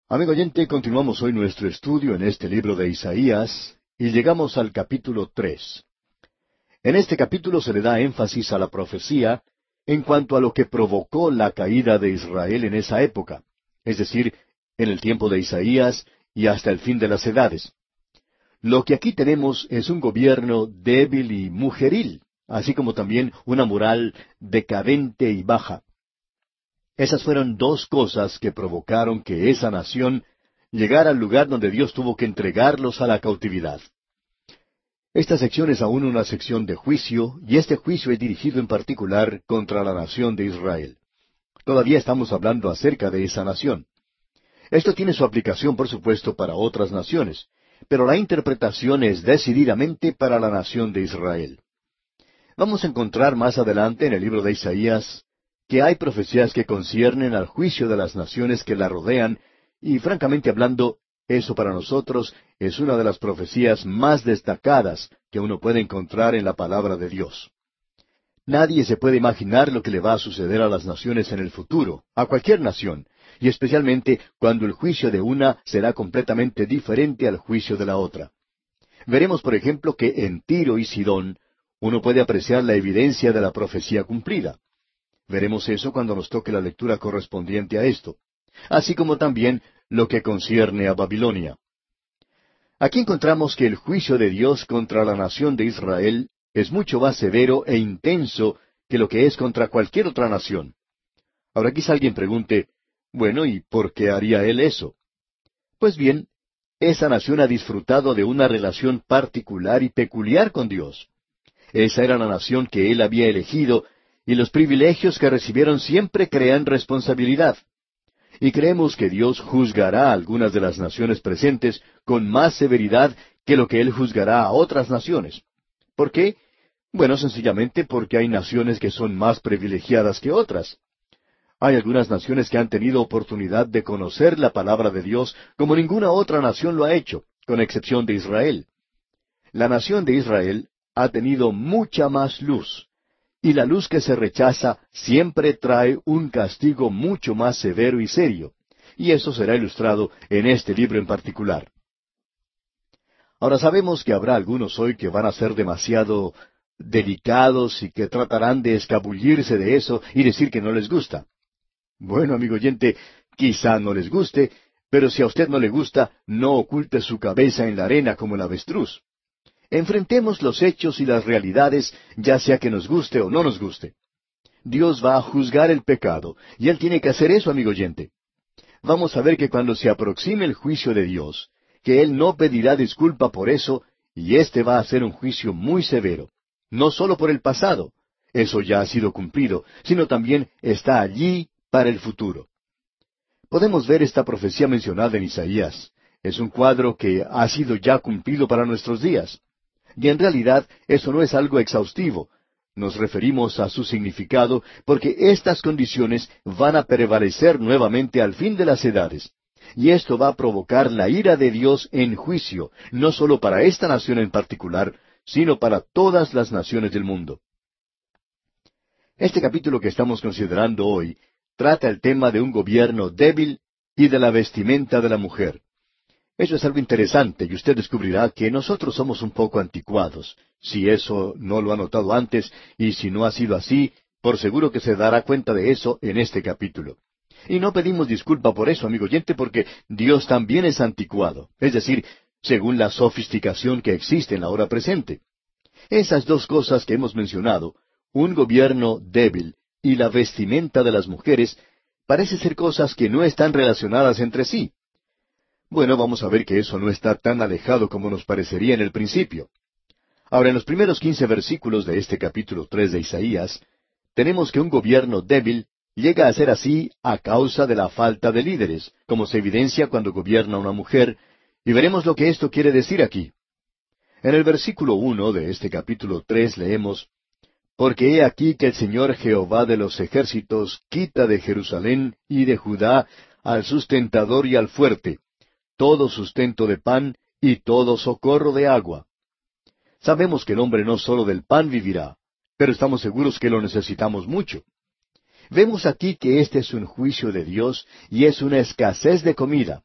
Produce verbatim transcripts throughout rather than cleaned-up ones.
Amigo oyente, continuamos hoy nuestro estudio en este libro de Isaías y llegamos al capítulo tres. En este capítulo se le da énfasis a la profecía en cuanto a lo que provocó la caída de Israel en esa época, es decir, en el tiempo de Isaías y hasta el fin de las edades. Lo que aquí tenemos es un gobierno débil y mujeril, así como también una moral decadente y baja. Esas fueron dos cosas que provocaron que esa nación llegara al lugar donde Dios tuvo que entregarlos a la cautividad. Esta sección es aún una sección de juicio, y este juicio es dirigido en particular contra la nación de Israel. Todavía estamos hablando acerca de esa nación. Esto tiene su aplicación, por supuesto, para otras naciones, pero la interpretación es decididamente para la nación de Israel. Vamos a encontrar más adelante en el libro de Isaías que hay profecías que conciernen al juicio de las naciones que la rodean, y francamente hablando, eso para nosotros es una de las profecías más destacadas que uno puede encontrar en la palabra de Dios. Nadie se puede imaginar lo que le va a suceder a las naciones en el futuro, a cualquier nación, y especialmente cuando el juicio de una será completamente diferente al juicio de la otra. Veremos, por ejemplo, que en Tiro y Sidón uno puede apreciar la evidencia de la profecía cumplida. Veremos eso cuando nos toque la lectura correspondiente a esto, así como también lo que concierne a Babilonia. Aquí encontramos que el juicio de Dios contra la nación de Israel es mucho más severo e intenso que lo que es contra cualquier otra nación. Ahora quizá alguien pregunte, bueno, ¿y por qué haría él eso? Pues bien, esa nación ha disfrutado de una relación particular y peculiar con Dios. Esa era la nación que él había elegido, y los privilegios que recibieron siempre crean responsabilidad. Y creemos que Dios juzgará a algunas de las naciones presentes con más severidad que lo que Él juzgará a otras naciones. ¿Por qué? Bueno, sencillamente porque hay naciones que son más privilegiadas que otras. Hay algunas naciones que han tenido oportunidad de conocer la palabra de Dios como ninguna otra nación lo ha hecho, con excepción de Israel. La nación de Israel ha tenido mucha más luz. Y la luz que se rechaza siempre trae un castigo mucho más severo y serio. Y eso será ilustrado en este libro en particular. Ahora sabemos que habrá algunos hoy que van a ser demasiado delicados y que tratarán de escabullirse de eso y decir que no les gusta. Bueno, amigo oyente, quizá no les guste, pero si a usted no le gusta, no oculte su cabeza en la arena como el avestruz. Enfrentemos los hechos y las realidades, ya sea que nos guste o no nos guste. Dios va a juzgar el pecado, y Él tiene que hacer eso, amigo oyente. Vamos a ver que cuando se aproxime el juicio de Dios, que Él no pedirá disculpa por eso, y éste va a ser un juicio muy severo. No solo por el pasado, eso ya ha sido cumplido, sino también está allí para el futuro. Podemos ver esta profecía mencionada en Isaías. Es un cuadro que ha sido ya cumplido para nuestros días. Y en realidad eso no es algo exhaustivo. Nos referimos a su significado porque estas condiciones van a prevalecer nuevamente al fin de las edades. Y esto va a provocar la ira de Dios en juicio, no solo para esta nación en particular, sino para todas las naciones del mundo. Este capítulo que estamos considerando hoy trata el tema de un gobierno débil y de la vestimenta de la mujer. Eso es algo interesante y usted descubrirá que nosotros somos un poco anticuados. Si eso no lo ha notado antes y si no ha sido así, por seguro que se dará cuenta de eso en este capítulo. Y no pedimos disculpa por eso, amigo oyente, porque Dios también es anticuado, es decir, según la sofisticación que existe en la hora presente. Esas dos cosas que hemos mencionado, un gobierno débil y la vestimenta de las mujeres, parece ser cosas que no están relacionadas entre sí. Bueno, vamos a ver que eso no está tan alejado como nos parecería en el principio. Ahora, en los primeros quince versículos de este capítulo tres de Isaías, tenemos que un gobierno débil llega a ser así a causa de la falta de líderes, como se evidencia cuando gobierna una mujer, y veremos lo que esto quiere decir aquí. En el versículo uno de este capítulo tres leemos, «Porque he aquí que el Señor Jehová de los ejércitos quita de Jerusalén y de Judá al sustentador y al fuerte, todo sustento de pan y todo socorro de agua». Sabemos que el hombre no sólo del pan vivirá, pero estamos seguros que lo necesitamos mucho. Vemos aquí que este es un juicio de Dios y es una escasez de comida,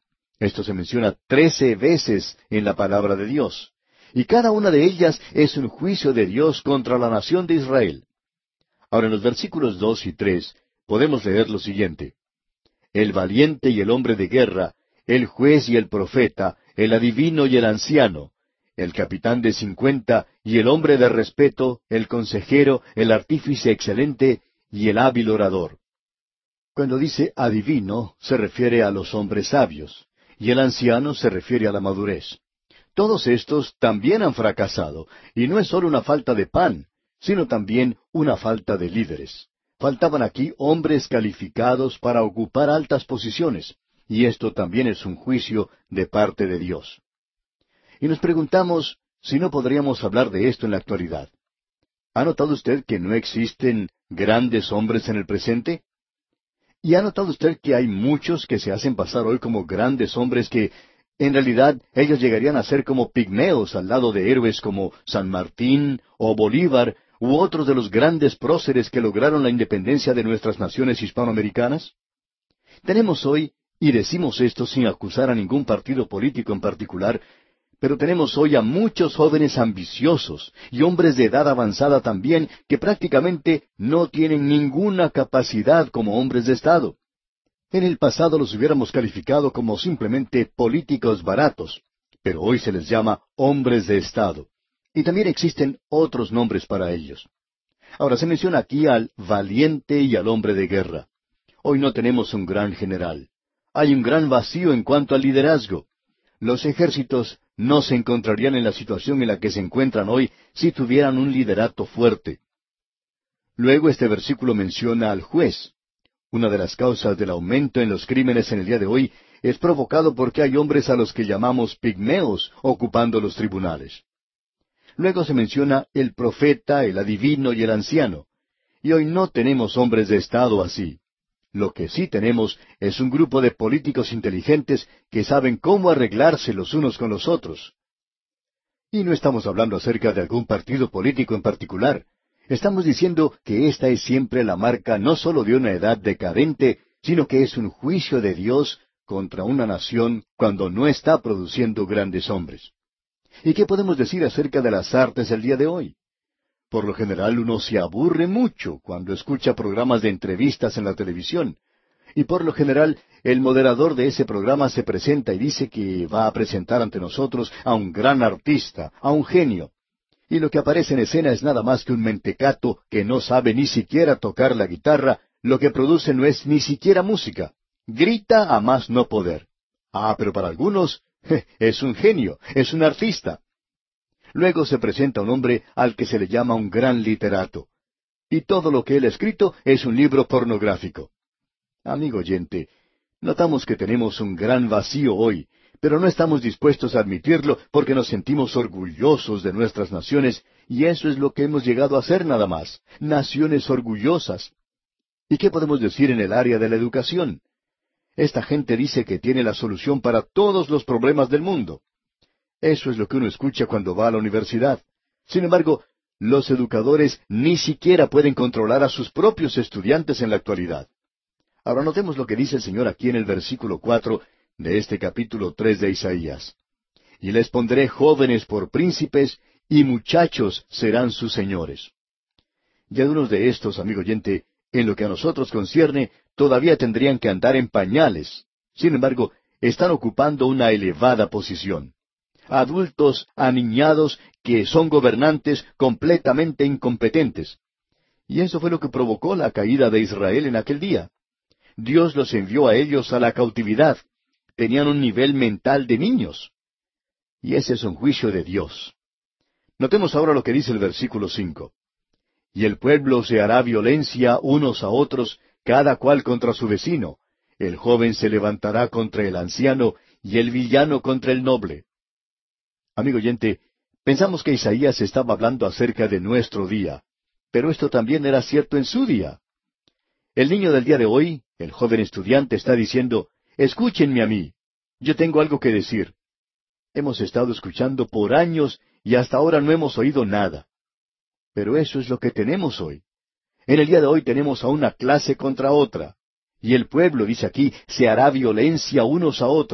Esto se menciona trece veces en la palabra de Dios. Y cada una de ellas es un juicio de Dios contra la nación de Israel. Ahora, en los versículos dos y tres podemos leer lo siguiente: el valiente y el hombre de guerra, el juez y el profeta, el adivino y el anciano, el capitán de cincuenta y el hombre de respeto, el consejero, el artífice excelente y el hábil orador. Cuando dice adivino, se refiere a los hombres sabios, y el anciano se refiere a la madurez. Todos estos también han fracasado, y no es solo una falta de pan, sino también una falta de líderes. Faltaban aquí hombres calificados para ocupar altas posiciones, y esto también es un juicio de parte de Dios. Y nos preguntamos si no podríamos hablar de esto en la actualidad. ¿Ha notado usted que no existen grandes hombres en el presente? ¿Y ha notado usted que hay muchos que se hacen pasar hoy como grandes hombres que, en realidad, ellos llegarían a ser como pigmeos al lado de héroes como San Martín o Bolívar u otros de los grandes próceres que lograron la independencia de nuestras naciones hispanoamericanas? Tenemos hoy, y decimos esto sin acusar a ningún partido político en particular, pero tenemos hoy a muchos jóvenes ambiciosos y hombres de edad avanzada también que prácticamente no tienen ninguna capacidad como hombres de Estado. En el pasado los hubiéramos calificado como simplemente políticos baratos, pero hoy se les llama hombres de Estado. Y también existen otros nombres para ellos. Ahora se menciona aquí al valiente y al hombre de guerra. Hoy no tenemos un gran general. Hay un gran vacío en cuanto al liderazgo. Los ejércitos no se encontrarían en la situación en la que se encuentran hoy si tuvieran un liderato fuerte. Luego este versículo menciona al juez. Una de las causas del aumento en los crímenes en el día de hoy es provocado porque hay hombres a los que llamamos pigmeos ocupando los tribunales. Luego se menciona el profeta, el adivino y el anciano. Y hoy no tenemos hombres de Estado así. Lo que sí tenemos es un grupo de políticos inteligentes que saben cómo arreglarse los unos con los otros. Y no estamos hablando acerca de algún partido político en particular. Estamos diciendo que esta es siempre la marca no sólo de una edad decadente, sino que es un juicio de Dios contra una nación cuando no está produciendo grandes hombres. ¿Y qué podemos decir acerca de las artes del día de hoy? Por lo general uno se aburre mucho cuando escucha programas de entrevistas en la televisión. Y por lo general el moderador de ese programa se presenta y dice que va a presentar ante nosotros a un gran artista, a un genio. Y lo que aparece en escena es nada más que un mentecato que no sabe ni siquiera tocar la guitarra, lo que produce no es ni siquiera música. Grita a más no poder. Ah, pero para algunos es un genio, es un artista. Luego se presenta un hombre al que se le llama un gran literato. Y todo lo que él ha escrito es un libro pornográfico. Amigo oyente, notamos que tenemos un gran vacío hoy, pero no estamos dispuestos a admitirlo porque nos sentimos orgullosos de nuestras naciones, y eso es lo que hemos llegado a ser nada más, naciones orgullosas. ¿Y qué podemos decir en el área de la educación? Esta gente dice que tiene la solución para todos los problemas del mundo. Eso es lo que uno escucha cuando va a la universidad. Sin embargo, los educadores ni siquiera pueden controlar a sus propios estudiantes en la actualidad. Ahora notemos lo que dice el Señor aquí en el versículo cuatro de este capítulo tres de Isaías. Y les pondré jóvenes por príncipes, y muchachos serán sus señores. Y algunos de estos, amigo oyente, en lo que a nosotros concierne, todavía tendrían que andar en pañales. Sin embargo, están ocupando una elevada posición. Adultos aniñados que son gobernantes completamente incompetentes. Y eso fue lo que provocó la caída de Israel en aquel día. Dios los envió a ellos a la cautividad. Tenían un nivel mental de niños. Y ese es un juicio de Dios. Notemos ahora lo que dice el versículo cinco. Y el pueblo se hará violencia unos a otros, cada cual contra su vecino. El joven se levantará contra el anciano, y el villano contra el noble. Amigo oyente, pensamos que Isaías estaba hablando acerca de nuestro día, pero esto también era cierto en su día. El niño del día de hoy, el joven estudiante, está diciendo, escúchenme a mí, yo tengo algo que decir. Hemos estado escuchando por años y hasta ahora no hemos oído nada. Pero eso es lo que tenemos hoy. En el día de hoy tenemos a una clase contra otra. Y el pueblo, dice aquí, se hará violencia unos a otros.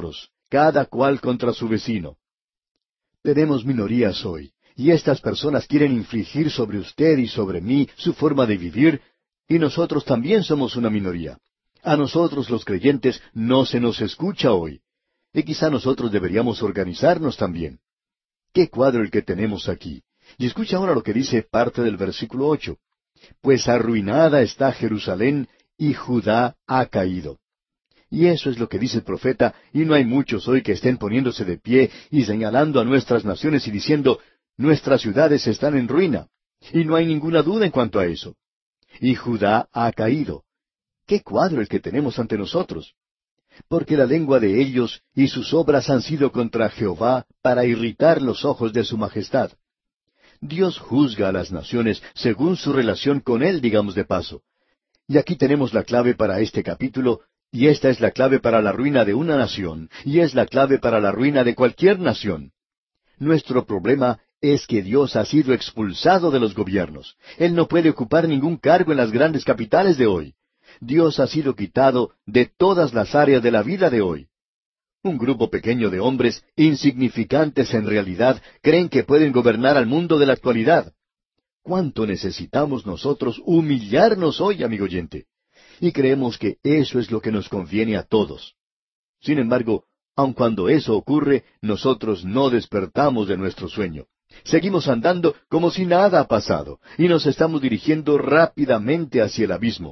cada cual contra su vecino. Tenemos minorías hoy, y estas personas quieren infligir sobre usted y sobre mí su forma de vivir, y nosotros también somos una minoría. A nosotros los creyentes no se nos escucha hoy, y quizá nosotros deberíamos organizarnos también. ¡Qué cuadro el que tenemos aquí! Y escucha ahora lo que dice parte del versículo ocho. Pues arruinada está Jerusalén, y Judá ha caído. Y eso es lo que dice el profeta, y no hay muchos hoy que estén poniéndose de pie y señalando a nuestras naciones y diciendo, nuestras ciudades están en ruina. Y no hay ninguna duda en cuanto a eso. Y Judá ha caído. ¡Qué cuadro el que tenemos ante nosotros! Porque la lengua de ellos y sus obras han sido contra Jehová para irritar los ojos de su majestad. Dios juzga a las naciones según su relación con Él, digamos de paso. Y aquí tenemos la clave para este capítulo, y esta es la clave para la ruina de una nación, y es la clave para la ruina de cualquier nación. Nuestro problema es que Dios ha sido expulsado de los gobiernos. Él no puede ocupar ningún cargo en las grandes capitales de hoy. Dios ha sido quitado de todas las áreas de la vida de hoy. Un grupo pequeño de hombres, insignificantes en realidad, creen que pueden gobernar al mundo de la actualidad. ¿Cuánto necesitamos nosotros humillarnos hoy, amigo oyente? Y creemos que eso es lo que nos conviene a todos. Sin embargo, aun cuando eso ocurre, nosotros no despertamos de nuestro sueño. Seguimos andando como si nada ha pasado, y nos estamos dirigiendo rápidamente hacia el abismo.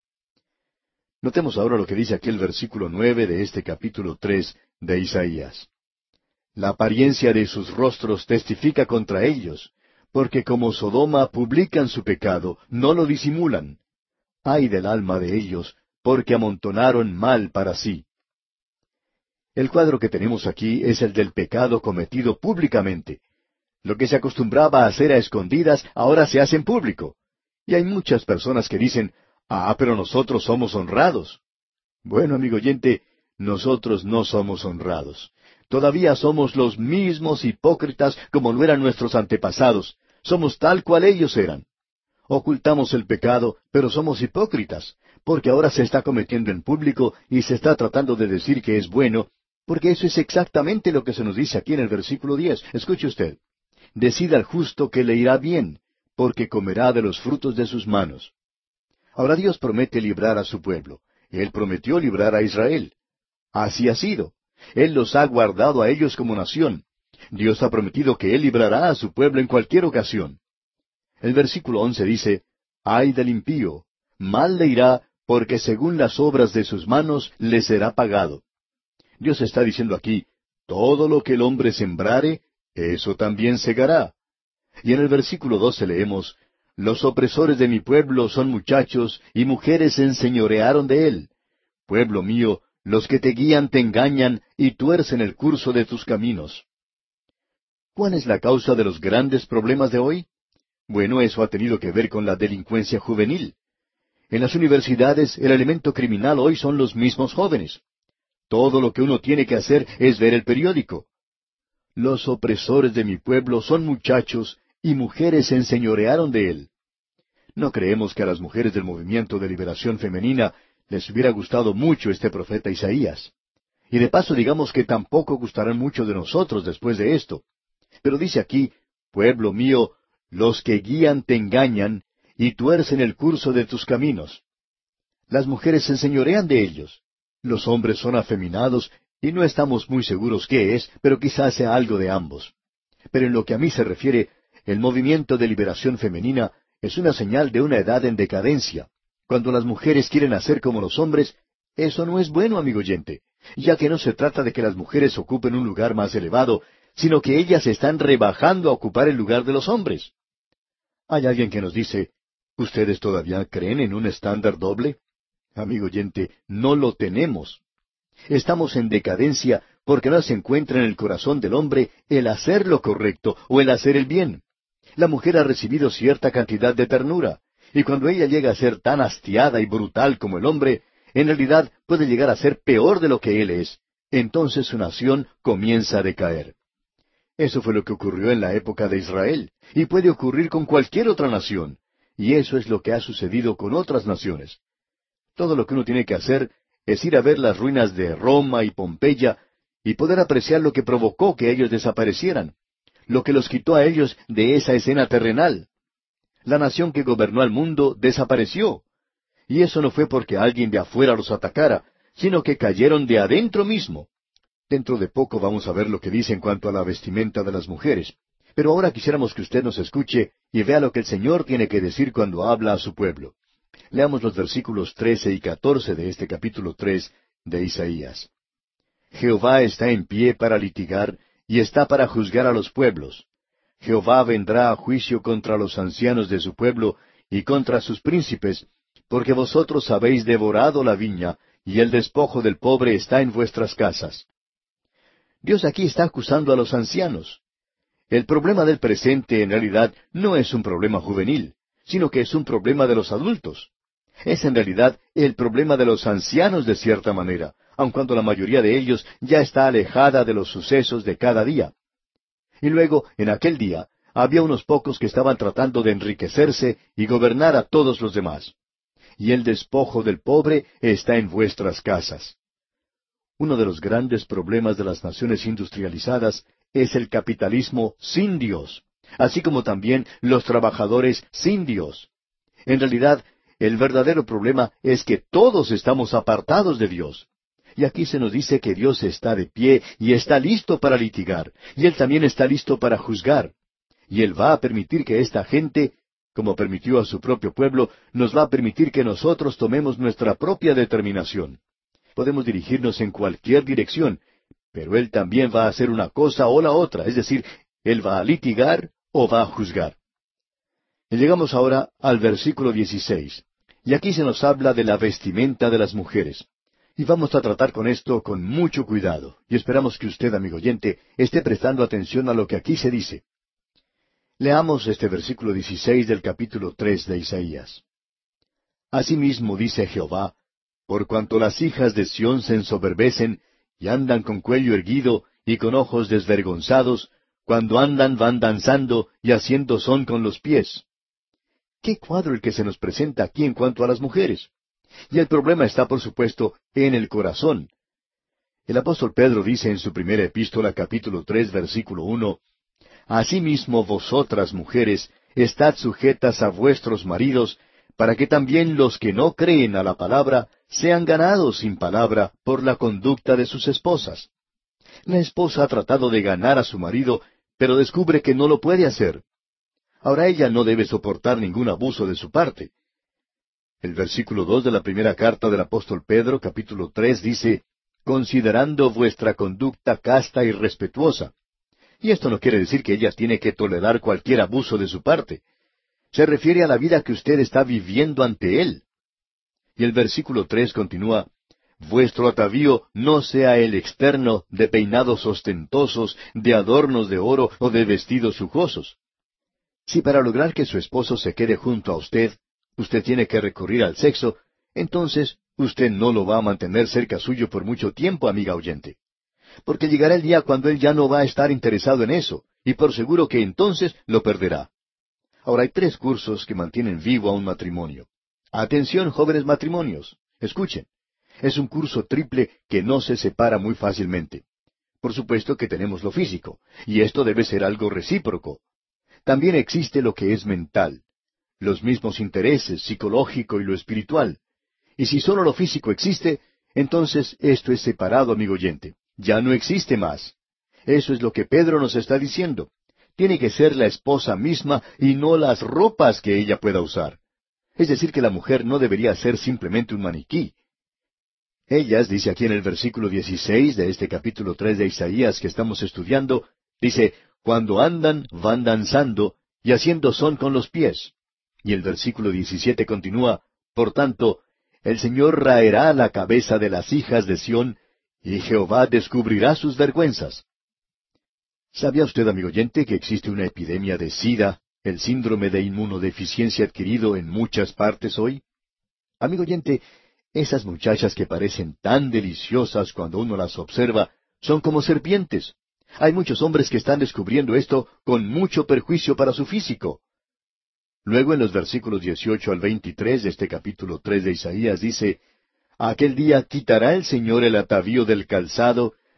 Notemos ahora lo que dice aquí el versículo nueve de este capítulo tres de Isaías. La apariencia de sus rostros testifica contra ellos, porque como Sodoma publican su pecado, no lo disimulan. Ay del alma de ellos, porque amontonaron mal para sí. El cuadro que tenemos aquí es el del pecado cometido públicamente. Lo que se acostumbraba a hacer a escondidas, ahora se hace en público. Y hay muchas personas que dicen, ah, pero nosotros somos honrados. Bueno, amigo oyente, nosotros no somos honrados. Todavía somos los mismos hipócritas como lo eran nuestros antepasados. Somos tal cual ellos eran. Ocultamos el pecado, pero somos hipócritas, porque ahora se está cometiendo en público y se está tratando de decir que es bueno, porque eso es exactamente lo que se nos dice aquí en el versículo diez. Escuche usted. Decida al justo que le irá bien, porque comerá de los frutos de sus manos. Ahora Dios promete librar a su pueblo. Él prometió librar a Israel. Así ha sido. Él los ha guardado a ellos como nación. Dios ha prometido que Él librará a su pueblo en cualquier ocasión. El versículo once dice, Ay del impío, mal le irá, porque según las obras de sus manos le será pagado. Dios está diciendo aquí, todo lo que el hombre sembrare, eso también segará. Y en el versículo doce leemos, Los opresores de mi pueblo son muchachos, y mujeres se enseñorearon de él. Pueblo mío, los que te guían te engañan, y tuercen el curso de tus caminos. ¿Cuál es la causa de los grandes problemas de hoy? Bueno, eso ha tenido que ver con la delincuencia juvenil. En las universidades, el elemento criminal hoy son los mismos jóvenes. Todo lo que uno tiene que hacer es ver el periódico. Los opresores de mi pueblo son muchachos, y mujeres se enseñorearon de él. No creemos que a las mujeres del movimiento de liberación femenina les hubiera gustado mucho este profeta Isaías. Y de paso digamos que tampoco gustarán mucho de nosotros después de esto. Pero dice aquí, pueblo mío, los que guían te engañan, y tuercen el curso de tus caminos. Las mujeres se enseñorean de ellos. Los hombres son afeminados, y no estamos muy seguros qué es, pero quizás sea algo de ambos. Pero en lo que a mí se refiere, el movimiento de liberación femenina es una señal de una edad en decadencia. Cuando las mujeres quieren hacer como los hombres, eso no es bueno, amigo oyente, ya que no se trata de que las mujeres ocupen un lugar más elevado, sino que ellas están rebajando a ocupar el lugar de los hombres. Hay alguien que nos dice, ¿ustedes todavía creen en un estándar doble? Amigo oyente, no lo tenemos. Estamos en decadencia porque no se encuentra en el corazón del hombre el hacer lo correcto o el hacer el bien. La mujer ha recibido cierta cantidad de ternura, y cuando ella llega a ser tan hastiada y brutal como el hombre, en realidad puede llegar a ser peor de lo que él es. Entonces su nación comienza a decaer. Eso fue lo que ocurrió en la época de Israel, y puede ocurrir con cualquier otra nación, y eso es lo que ha sucedido con otras naciones. Todo lo que uno tiene que hacer es ir a ver las ruinas de Roma y Pompeya, y poder apreciar lo que provocó que ellos desaparecieran, lo que los quitó a ellos de esa escena terrenal. La nación que gobernó al mundo desapareció. Y eso no fue porque alguien de afuera los atacara, sino que cayeron de adentro mismo. Dentro de poco vamos a ver lo que dice en cuanto a la vestimenta de las mujeres. Pero ahora quisiéramos que usted nos escuche y vea lo que el Señor tiene que decir cuando habla a su pueblo. Leamos los versículos trece y catorce de este capítulo tres de Isaías. Jehová está en pie para litigar, y está para juzgar a los pueblos. Jehová vendrá a juicio contra los ancianos de su pueblo, y contra sus príncipes, porque vosotros habéis devorado la viña, y el despojo del pobre está en vuestras casas. Dios aquí está acusando a los ancianos. El problema del presente en realidad no es un problema juvenil, sino que es un problema de los adultos. Es en realidad el problema de los ancianos de cierta manera, aun cuando la mayoría de ellos ya está alejada de los sucesos de cada día. Y luego, en aquel día, había unos pocos que estaban tratando de enriquecerse y gobernar a todos los demás. Y el despojo del pobre está en vuestras casas. Uno de los grandes problemas de las naciones industrializadas es el capitalismo sin Dios, así como también los trabajadores sin Dios. En realidad, el verdadero problema es que todos estamos apartados de Dios. Y aquí se nos dice que Dios está de pie y está listo para litigar, y Él también está listo para juzgar. Y Él va a permitir que esta gente, como permitió a su propio pueblo, nos va a permitir que nosotros tomemos nuestra propia determinación. Podemos dirigirnos en cualquier dirección, pero Él también va a hacer una cosa o la otra, es decir, Él va a litigar o va a juzgar. Y llegamos ahora al versículo dieciséis, y aquí se nos habla de la vestimenta de las mujeres. Y vamos a tratar con esto con mucho cuidado, y esperamos que usted, amigo oyente, esté prestando atención a lo que aquí se dice. Leamos este versículo dieciséis del capítulo tres de Isaías. Asimismo dice Jehová, por cuanto las hijas de Sión se ensoberbecen, y andan con cuello erguido, y con ojos desvergonzados, cuando andan van danzando, y haciendo son con los pies. ¿Qué cuadro el que se nos presenta aquí en cuanto a las mujeres? Y el problema está, por supuesto, en el corazón. El apóstol Pedro dice en su primera epístola, capítulo tres, versículo uno, Asimismo vosotras, mujeres, estad sujetas a vuestros maridos, para que también los que no creen a la palabra sean ganados sin palabra por la conducta de sus esposas. La esposa ha tratado de ganar a su marido, pero descubre que no lo puede hacer. Ahora ella no debe soportar ningún abuso de su parte. El versículo dos de la primera carta del apóstol Pedro, capítulo tres, dice, considerando vuestra conducta casta y respetuosa. Y esto no quiere decir que ella tiene que tolerar cualquier abuso de su parte. Se refiere a la vida que usted está viviendo ante él. Y el versículo tres continúa, vuestro atavío no sea el externo de peinados ostentosos, de adornos de oro o de vestidos lujosos. Si para lograr que su esposo se quede junto a usted, usted tiene que recurrir al sexo, entonces usted no lo va a mantener cerca suyo por mucho tiempo, amiga oyente. Porque llegará el día cuando él ya no va a estar interesado en eso, y por seguro que entonces lo perderá. Ahora hay tres cursos que mantienen vivo a un matrimonio. Atención, jóvenes matrimonios, escuchen. Es un curso triple que no se separa muy fácilmente. Por supuesto que tenemos lo físico, y esto debe ser algo recíproco. También existe lo que es mental. Los mismos intereses, psicológico y lo espiritual. Y si solo lo físico existe, entonces esto es separado, amigo oyente. Ya no existe más. Eso es lo que Pedro nos está diciendo. Tiene que ser la esposa misma y no las ropas que ella pueda usar. Es decir, que la mujer no debería ser simplemente un maniquí. Ellas, dice aquí en el versículo dieciséis de este capítulo tres de Isaías que estamos estudiando, dice, cuando andan, van danzando, y haciendo son con los pies. Y el versículo diecisiete continúa, por tanto, el Señor raerá la cabeza de las hijas de Sión, y Jehová descubrirá sus vergüenzas. ¿Sabía usted, amigo oyente, que existe una epidemia de SIDA, el síndrome de inmunodeficiencia adquirido en muchas partes hoy? Amigo oyente, esas muchachas que parecen tan deliciosas cuando uno las observa, son como serpientes. Hay muchos hombres que están descubriendo esto con mucho perjuicio para su físico. Luego en los versículos dieciocho al veintitrés de este capítulo tres de Isaías dice, Aquel día quitará el Señor el atavío del calzado,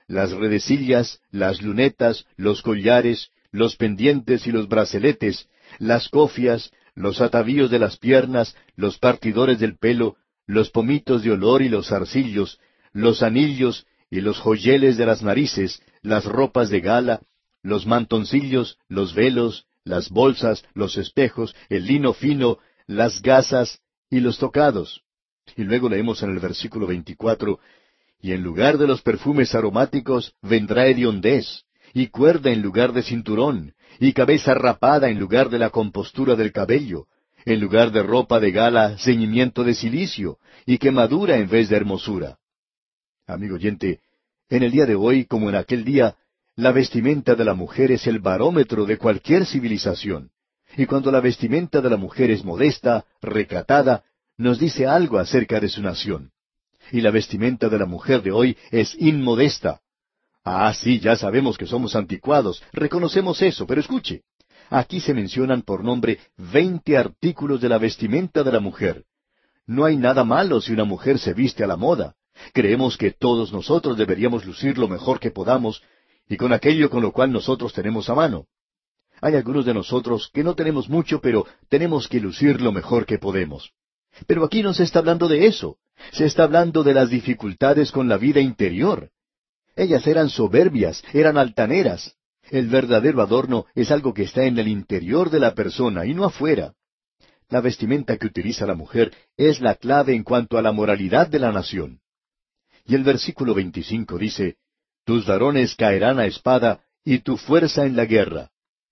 las redecillas, las lunetas, los collares, los pendientes y los braceletes, las cofias, los atavíos de las piernas, los partidores del pelo, los pomitos de olor y los zarcillos, los anillos y los joyeles de las narices, las ropas de gala, los mantoncillos, los velos, las bolsas, los espejos, el lino fino, las gasas y los tocados. Y luego leemos en el versículo veinticuatro, y en lugar de los perfumes aromáticos vendrá hediondez, y cuerda en lugar de cinturón, y cabeza rapada en lugar de la compostura del cabello, en lugar de ropa de gala, ceñimiento de cilicio, y quemadura en vez de hermosura. Amigo oyente, en el día de hoy, como en aquel día, la vestimenta de la mujer es el barómetro de cualquier civilización. Y cuando la vestimenta de la mujer es modesta, recatada, nos dice algo acerca de su nación. Y la vestimenta de la mujer de hoy es inmodesta. Ah, sí, ya sabemos que somos anticuados, reconocemos eso, pero escuche. Aquí se mencionan por nombre veinte artículos de la vestimenta de la mujer. No hay nada malo si una mujer se viste a la moda. Creemos que todos nosotros deberíamos lucir lo mejor que podamos, y con aquello con lo cual nosotros tenemos a mano. Hay algunos de nosotros que no tenemos mucho, pero tenemos que lucir lo mejor que podemos. Pero aquí no se está hablando de eso. Se está hablando de las dificultades con la vida interior. Ellas eran soberbias, eran altaneras. El verdadero adorno es algo que está en el interior de la persona y no afuera. La vestimenta que utiliza la mujer es la clave en cuanto a la moralidad de la nación. Y el versículo veinticinco dice, tus varones caerán a espada y tu fuerza en la guerra.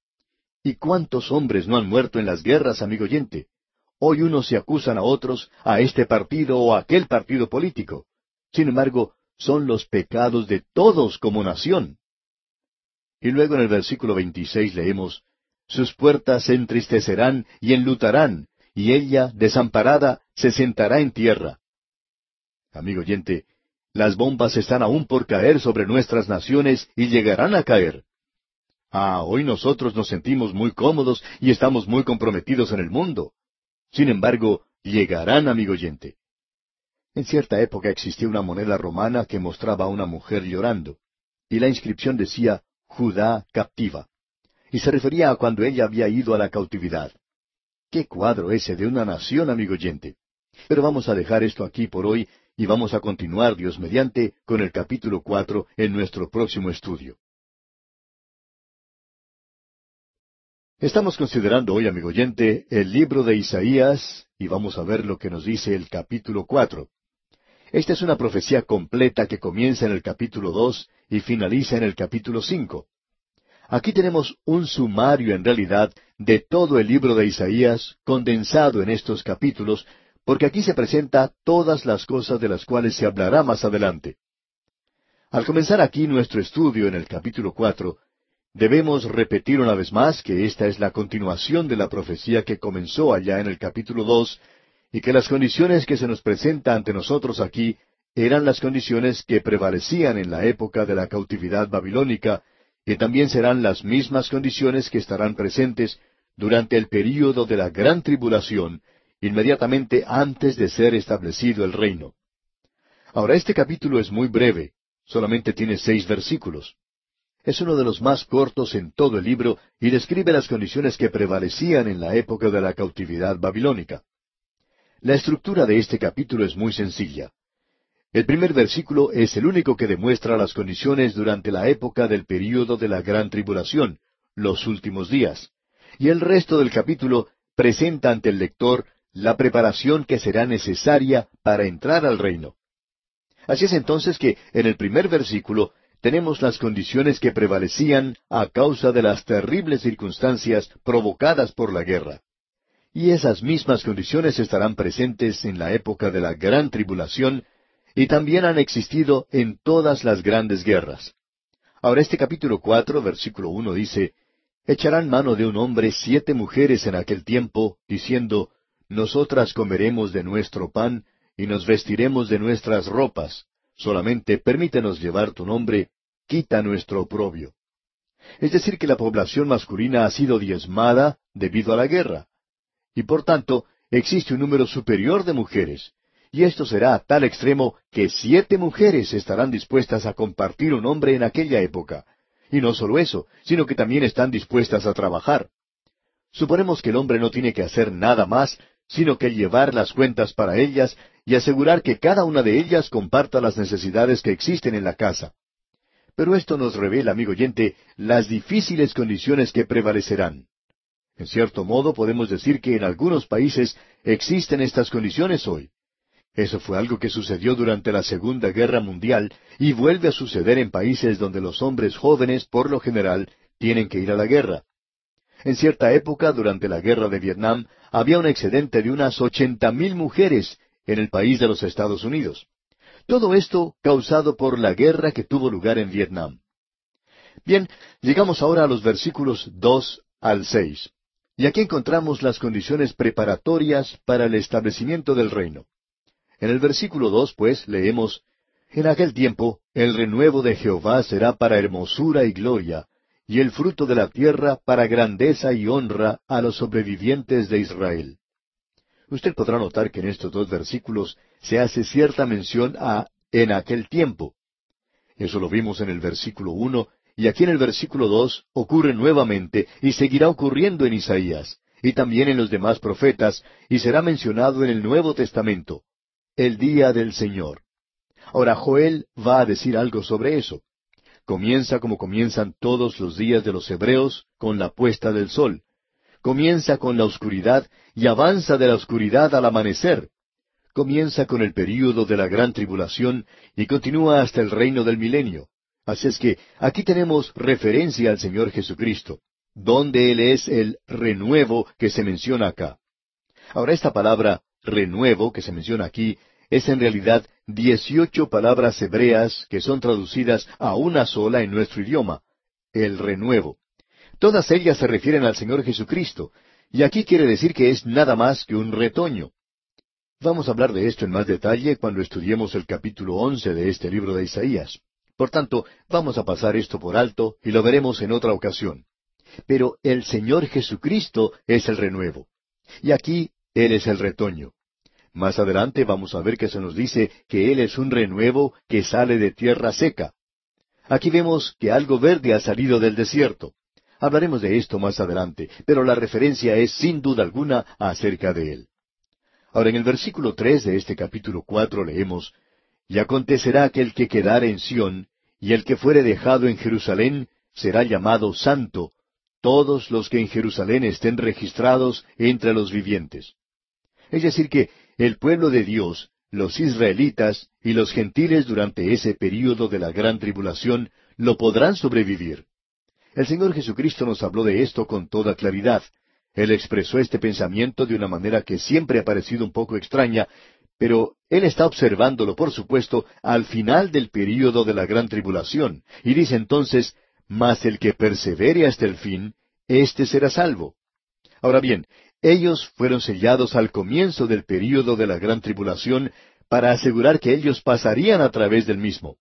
¿Y cuántos hombres no han muerto en las guerras, amigo oyente? Hoy unos se acusan a otros, a este partido o a aquel partido político. Sin embargo, son los pecados de todos como nación. Y luego en el versículo veintiséis leemos, sus puertas se entristecerán y enlutarán, y ella, desamparada, se sentará en tierra. Amigo oyente, las bombas están aún por caer sobre nuestras naciones y llegarán a caer. Ah, hoy nosotros nos sentimos muy cómodos y estamos muy comprometidos en el mundo. Sin embargo, llegarán, amigo oyente. En cierta época existía una moneda romana que mostraba a una mujer llorando, y la inscripción decía, Judá captiva, y se refería a cuando ella había ido a la cautividad. ¡Qué cuadro ese de una nación, amigo oyente! Pero vamos a dejar esto aquí por hoy, y vamos a continuar, Dios mediante, con el capítulo cuatro en nuestro próximo estudio. Estamos considerando hoy, amigo oyente, el libro de Isaías, y vamos a ver lo que nos dice el capítulo cuatro. Esta es una profecía completa que comienza en el capítulo dos y finaliza en el capítulo cinco. Aquí tenemos un sumario en realidad de todo el libro de Isaías condensado en estos capítulos, porque aquí se presenta todas las cosas de las cuales se hablará más adelante. Al comenzar aquí nuestro estudio en el capítulo cuatro, debemos repetir una vez más que esta es la continuación de la profecía que comenzó allá en el capítulo dos, y que las condiciones que se nos presenta ante nosotros aquí eran las condiciones que prevalecían en la época de la cautividad babilónica, y también serán las mismas condiciones que estarán presentes durante el período de la gran tribulación, inmediatamente antes de ser establecido el reino. Ahora, este capítulo es muy breve, solamente tiene seis versículos. Es uno de los más cortos en todo el libro y describe las condiciones que prevalecían en la época de la cautividad babilónica. La estructura de este capítulo es muy sencilla. El primer versículo es el único que demuestra las condiciones durante la época del período de la gran tribulación, los últimos días. Y el resto del capítulo presenta ante el lector la preparación que será necesaria para entrar al reino. Así es entonces que en el primer versículo tenemos las condiciones que prevalecían a causa de las terribles circunstancias provocadas por la guerra. Y esas mismas condiciones estarán presentes en la época de la gran tribulación, y también han existido en todas las grandes guerras. Ahora este capítulo cuatro, versículo uno dice, echarán mano de un hombre siete mujeres en aquel tiempo, diciendo, nosotras comeremos de nuestro pan, y nos vestiremos de nuestras ropas, solamente permítenos llevar tu nombre, quita nuestro oprobio. Es decir, que la población masculina ha sido diezmada debido a la guerra. Y por tanto, existe un número superior de mujeres, y esto será a tal extremo que siete mujeres estarán dispuestas a compartir un hombre en aquella época. Y no solo eso, sino que también están dispuestas a trabajar. Suponemos que el hombre no tiene que hacer nada más, sino que llevar las cuentas para ellas y asegurar que cada una de ellas comparta las necesidades que existen en la casa. Pero esto nos revela, amigo oyente, las difíciles condiciones que prevalecerán. En cierto modo podemos decir que en algunos países existen estas condiciones hoy. Eso fue algo que sucedió durante la Segunda Guerra Mundial y vuelve a suceder en países donde los hombres jóvenes, por lo general, tienen que ir a la guerra. En cierta época, durante la guerra de Vietnam, había un excedente de unas ochenta mil mujeres en el país de los Estados Unidos. Todo esto causado por la guerra que tuvo lugar en Vietnam. Bien, llegamos ahora a los versículos dos al seis. Y aquí encontramos las condiciones preparatorias para el establecimiento del reino. En el versículo dos, pues, leemos, En aquel tiempo el renuevo de Jehová será para hermosura y gloria, y el fruto de la tierra para grandeza y honra a los sobrevivientes de Israel. Usted podrá notar que en estos dos versículos se hace cierta mención a en aquel tiempo. Eso lo vimos en el versículo uno, y aquí en el versículo dos ocurre nuevamente y seguirá ocurriendo en Isaías, y también en los demás profetas, y será mencionado en el Nuevo Testamento, el día del Señor. Ahora Joel va a decir algo sobre eso. Comienza como comienzan todos los días de los hebreos, con la puesta del sol. Comienza con la oscuridad y avanza de la oscuridad al amanecer. Comienza con el período de la gran tribulación y continúa hasta el reino del milenio. Así es que aquí tenemos referencia al Señor Jesucristo, donde Él es el renuevo que se menciona acá. Ahora esta palabra renuevo que se menciona aquí es en realidad dieciocho palabras hebreas que son traducidas a una sola en nuestro idioma, el renuevo. Todas ellas se refieren al Señor Jesucristo, y aquí quiere decir que es nada más que un retoño. Vamos a hablar de esto en más detalle cuando estudiemos el capítulo once de este libro de Isaías. Por tanto, vamos a pasar esto por alto y lo veremos en otra ocasión. Pero el Señor Jesucristo es el renuevo. Y aquí Él es el retoño. Más adelante vamos a ver que se nos dice que Él es un renuevo que sale de tierra seca. Aquí vemos que algo verde ha salido del desierto. Hablaremos de esto más adelante, pero la referencia es sin duda alguna acerca de Él. Ahora en el versículo tres de este capítulo cuatro leemos, Y acontecerá que el que quedare en Sión, y el que fuere dejado en Jerusalén, será llamado santo, todos los que en Jerusalén estén registrados entre los vivientes. Es decir que el pueblo de Dios, los israelitas y los gentiles durante ese período de la gran tribulación, lo podrán sobrevivir. El Señor Jesucristo nos habló de esto con toda claridad. Él expresó este pensamiento de una manera que siempre ha parecido un poco extraña, pero Él está observándolo, por supuesto, al final del período de la gran tribulación, y dice entonces, Mas el que persevere hasta el fin, éste será salvo. Ahora bien, ellos fueron sellados al comienzo del período de la gran tribulación para asegurar que ellos pasarían a través del mismo.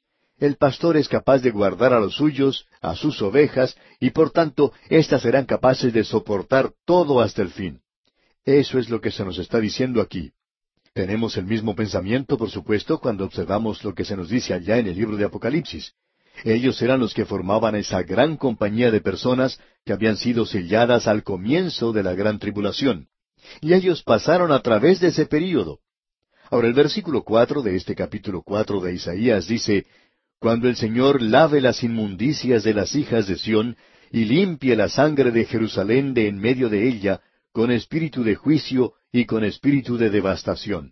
El pastor es capaz de guardar a los suyos, a sus ovejas, y por tanto, éstas serán capaces de soportar todo hasta el fin. Eso es lo que se nos está diciendo aquí. Tenemos el mismo pensamiento, por supuesto, cuando observamos lo que se nos dice allá en el libro de Apocalipsis. Ellos eran los que formaban esa gran compañía de personas que habían sido selladas al comienzo de la gran tribulación. Y ellos pasaron a través de ese período. Ahora el versículo cuatro de este capítulo cuatro de Isaías dice, Cuando el Señor lave las inmundicias de las hijas de Sión, y limpie la sangre de Jerusalén de en medio de ella, con espíritu de juicio y con espíritu de devastación.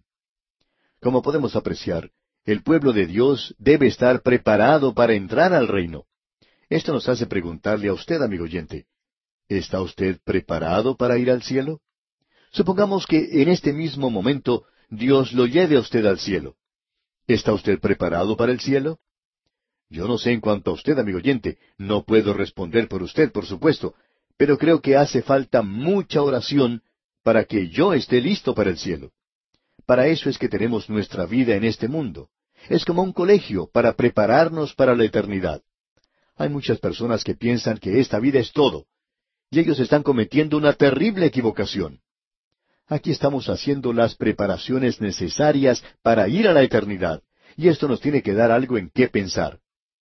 Como podemos apreciar, el pueblo de Dios debe estar preparado para entrar al reino. Esto nos hace preguntarle a usted, amigo oyente, ¿está usted preparado para ir al cielo? Supongamos que en este mismo momento Dios lo lleve a usted al cielo. ¿Está usted preparado para el cielo? Yo no sé en cuanto a usted, amigo oyente, no puedo responder por usted, por supuesto, pero creo que hace falta mucha oración para que yo esté listo para el cielo. Para eso es que tenemos nuestra vida en este mundo. Es como un colegio para prepararnos para la eternidad. Hay muchas personas que piensan que esta vida es todo, y ellos están cometiendo una terrible equivocación. Aquí estamos haciendo las preparaciones necesarias para ir a la eternidad, y esto nos tiene que dar algo en qué pensar.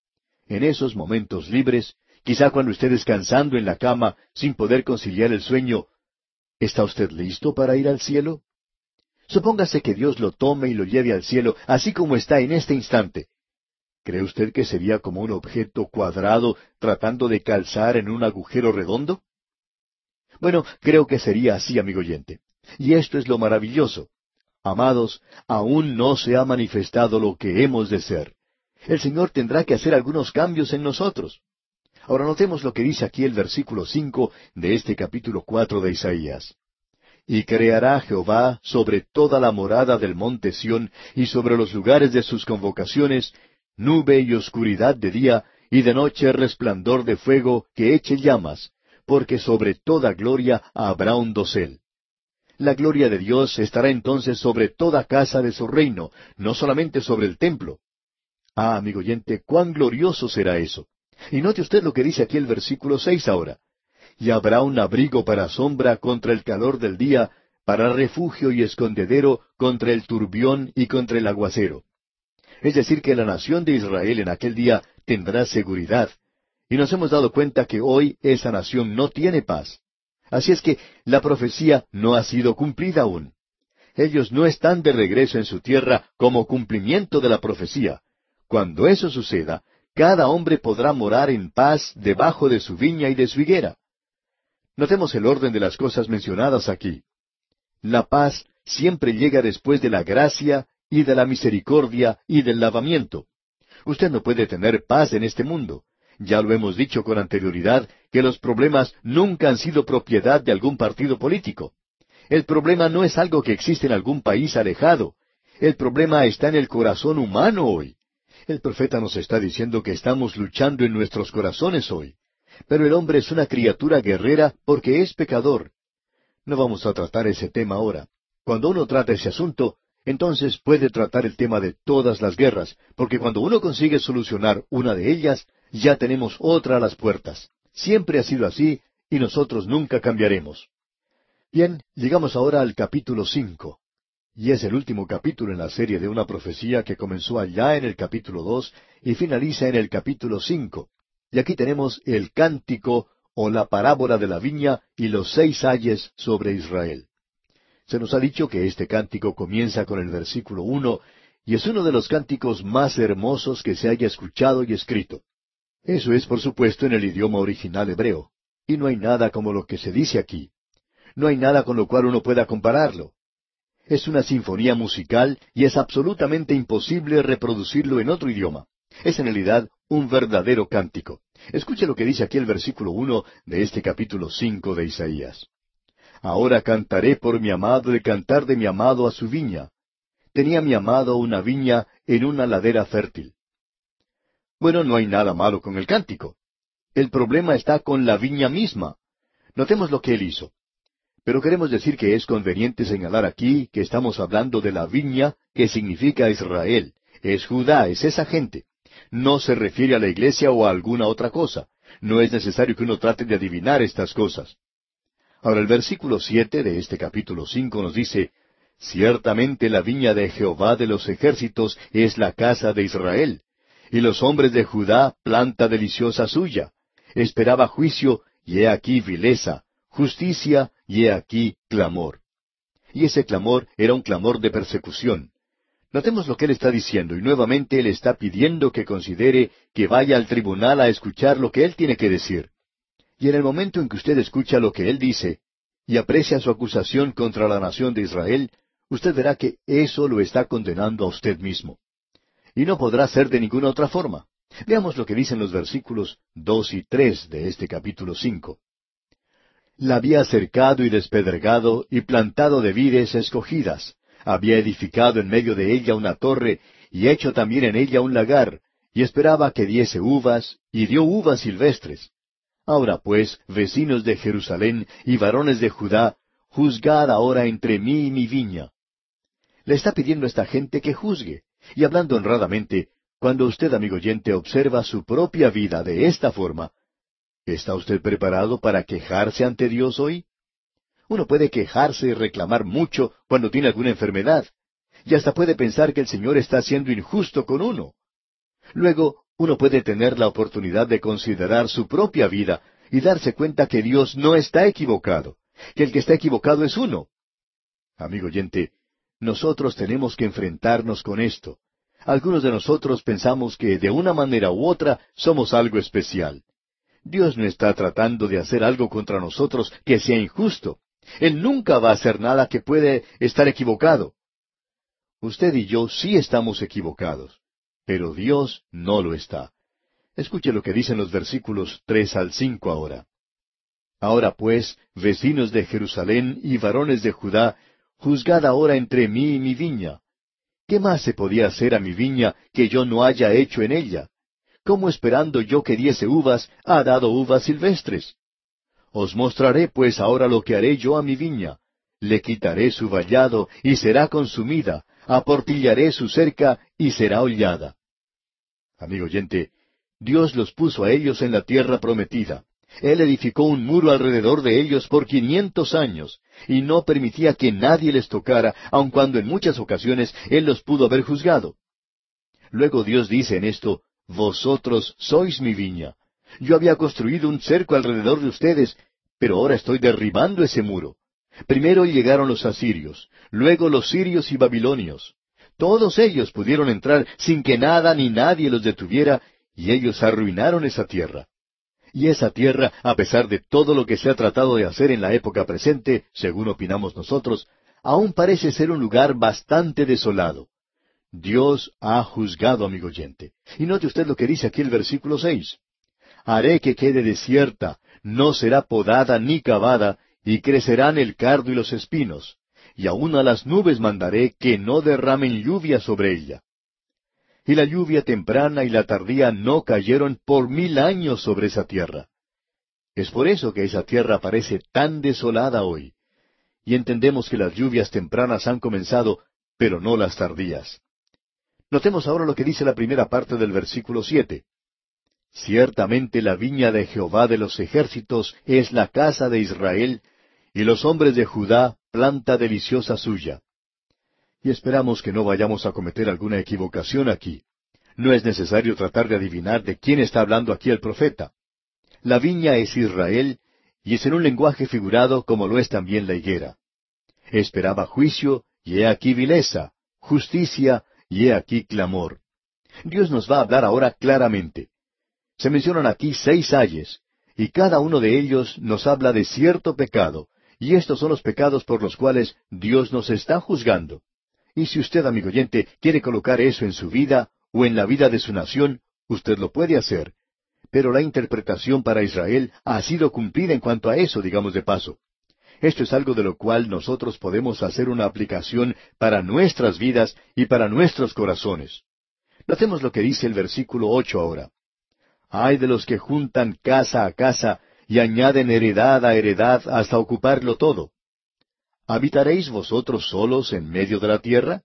En esos momentos libres, quizá cuando esté descansando en la cama sin poder conciliar el sueño, ¿está usted listo para ir al cielo? Supóngase que Dios lo tome y lo lleve al cielo, así como está en este instante. ¿Cree usted que sería como un objeto cuadrado tratando de calzar en un agujero redondo? Bueno, creo que sería así, amigo oyente. Y esto es lo maravilloso. Amados, aún no se ha manifestado lo que hemos de ser. El Señor tendrá que hacer algunos cambios en nosotros. Ahora notemos lo que dice aquí el versículo cinco de este capítulo cuatro de Isaías. Y creará Jehová sobre toda la morada del monte Sión y sobre los lugares de sus convocaciones, nube y oscuridad de día, y de noche resplandor de fuego que eche llamas, porque sobre toda gloria habrá un dosel. La gloria de Dios estará entonces sobre toda casa de su reino, no solamente sobre el templo. Ah, amigo oyente, cuán glorioso será eso. Y note usted lo que dice aquí el versículo seis ahora. Y habrá un abrigo para sombra contra el calor del día, para refugio y escondedero contra el turbión y contra el aguacero. Es decir, que la nación de Israel en aquel día tendrá seguridad. Y nos hemos dado cuenta que hoy esa nación no tiene paz. Así es que la profecía no ha sido cumplida aún. Ellos no están de regreso en su tierra como cumplimiento de la profecía. Cuando eso suceda, cada hombre podrá morar en paz debajo de su viña y de su higuera. Notemos el orden de las cosas mencionadas aquí. La paz siempre llega después de la gracia y de la misericordia y del lavamiento. Usted no puede tener paz en este mundo. Ya lo hemos dicho con anterioridad, que los problemas nunca han sido propiedad de algún partido político. El problema no es algo que existe en algún país alejado. El problema está en el corazón humano hoy. El profeta nos está diciendo que estamos luchando en nuestros corazones hoy. Pero el hombre es una criatura guerrera porque es pecador. No vamos a tratar ese tema ahora. Cuando uno trata ese asunto, entonces puede tratar el tema de todas las guerras, porque cuando uno consigue solucionar una de ellas, ya tenemos otra a las puertas. Siempre ha sido así, y nosotros nunca cambiaremos. Bien, llegamos ahora al capítulo cinco. Y es el último capítulo en la serie de una profecía que comenzó allá en el capítulo dos y finaliza en el capítulo cinco. Y aquí tenemos el cántico o la parábola de la viña y los seis ayes sobre Israel. Se nos ha dicho que este cántico comienza con el versículo uno y es uno de los cánticos más hermosos que se haya escuchado y escrito. Eso es, por supuesto, en el idioma original hebreo. Y no hay nada como lo que se dice aquí. No hay nada con lo cual uno pueda compararlo. Es una sinfonía musical y es absolutamente imposible reproducirlo en otro idioma. Es en realidad un verdadero cántico. Escuche lo que dice aquí el versículo uno de este capítulo cinco de Isaías. Ahora cantaré por mi amado el cantar de mi amado a su viña. Tenía mi amado una viña en una ladera fértil. Bueno, no hay nada malo con el cántico. El problema está con la viña misma. Notemos lo que él hizo. Pero queremos decir que es conveniente señalar aquí que estamos hablando de la viña que significa Israel. Es Judá, es esa gente. No se refiere a la iglesia o a alguna otra cosa. No es necesario que uno trate de adivinar estas cosas. Ahora el versículo siete de este capítulo cinco nos dice, Ciertamente la viña de Jehová de los ejércitos es la casa de Israel, y los hombres de Judá planta deliciosa suya. Esperaba juicio, y he aquí vileza, justicia, y he aquí clamor. Y ese clamor era un clamor de persecución. Notemos lo que él está diciendo, y nuevamente él está pidiendo que considere que vaya al tribunal a escuchar lo que él tiene que decir. Y en el momento en que usted escucha lo que él dice, y aprecia su acusación contra la nación de Israel, usted verá que eso lo está condenando a usted mismo. Y no podrá ser de ninguna otra forma. Veamos lo que dicen los versículos dos y tres de este capítulo cinco. La había cercado y despedregado, y plantado de vides escogidas. Había edificado en medio de ella una torre, y hecho también en ella un lagar, y esperaba que diese uvas, y dio uvas silvestres. Ahora pues, vecinos de Jerusalén y varones de Judá, juzgad ahora entre mí y mi viña. Le está pidiendo a esta gente que juzgue. Y hablando honradamente, cuando usted, amigo oyente, observa su propia vida de esta forma, ¿está usted preparado para quejarse ante Dios hoy? Uno puede quejarse y reclamar mucho cuando tiene alguna enfermedad, y hasta puede pensar que el Señor está siendo injusto con uno. Luego, uno puede tener la oportunidad de considerar su propia vida y darse cuenta que Dios no está equivocado, que el que está equivocado es uno. Amigo oyente, nosotros tenemos que enfrentarnos con esto. Algunos de nosotros pensamos que de una manera u otra somos algo especial. Dios no está tratando de hacer algo contra nosotros que sea injusto. Él nunca va a hacer nada que puede estar equivocado. Usted y yo sí estamos equivocados, pero Dios no lo está. Escuche lo que dicen los versículos tres al cinco ahora. Ahora pues, vecinos de Jerusalén y varones de Judá, juzgad ahora entre mí y mi viña. ¿Qué más se podía hacer a mi viña que yo no haya hecho en ella? ¿Cómo esperando yo que diese uvas, ha dado uvas silvestres? Os mostraré pues ahora lo que haré yo a mi viña. Le quitaré su vallado, y será consumida, aportillaré su cerca, y será hollada. Amigo oyente, Dios los puso a ellos en la tierra prometida. Él edificó un muro alrededor de ellos por quinientos años, y no permitía que nadie les tocara, aun cuando en muchas ocasiones Él los pudo haber juzgado. Luego Dios dice en esto, vosotros sois mi viña. Yo había construido un cerco alrededor de ustedes, pero ahora estoy derribando ese muro. Primero llegaron los asirios, luego los sirios y babilonios. Todos ellos pudieron entrar sin que nada ni nadie los detuviera, y ellos arruinaron esa tierra. Y esa tierra, a pesar de todo lo que se ha tratado de hacer en la época presente, según opinamos nosotros, aún parece ser un lugar bastante desolado. Dios ha juzgado, amigo oyente. Y note usted lo que dice aquí el versículo seis. Haré que quede desierta, no será podada ni cavada, y crecerán el cardo y los espinos. Y aun a las nubes mandaré que no derramen lluvia sobre ella. Y la lluvia temprana y la tardía no cayeron por mil años sobre esa tierra. Es por eso que esa tierra parece tan desolada hoy. Y entendemos que las lluvias tempranas han comenzado, pero no las tardías. Notemos ahora lo que dice la primera parte del versículo siete. Ciertamente la viña de Jehová de los ejércitos es la casa de Israel, y los hombres de Judá planta deliciosa suya. Y esperamos que no vayamos a cometer alguna equivocación aquí. No es necesario tratar de adivinar de quién está hablando aquí el profeta. La viña es Israel, y es en un lenguaje figurado como lo es también la higuera. Esperaba juicio, y he aquí vileza, justicia, y he aquí clamor. Dios nos va a hablar ahora claramente. Se mencionan aquí seis ayes, y cada uno de ellos nos habla de cierto pecado, y estos son los pecados por los cuales Dios nos está juzgando. Y si usted, amigo oyente, quiere colocar eso en su vida o en la vida de su nación, usted lo puede hacer. Pero la interpretación para Israel ha sido cumplida en cuanto a eso, digamos de paso. Esto es algo de lo cual nosotros podemos hacer una aplicación para nuestras vidas y para nuestros corazones. Notemos lo que dice el versículo ocho ahora. Ay de los que juntan casa a casa y añaden heredad a heredad hasta ocuparlo todo. ¿Habitaréis vosotros solos en medio de la tierra?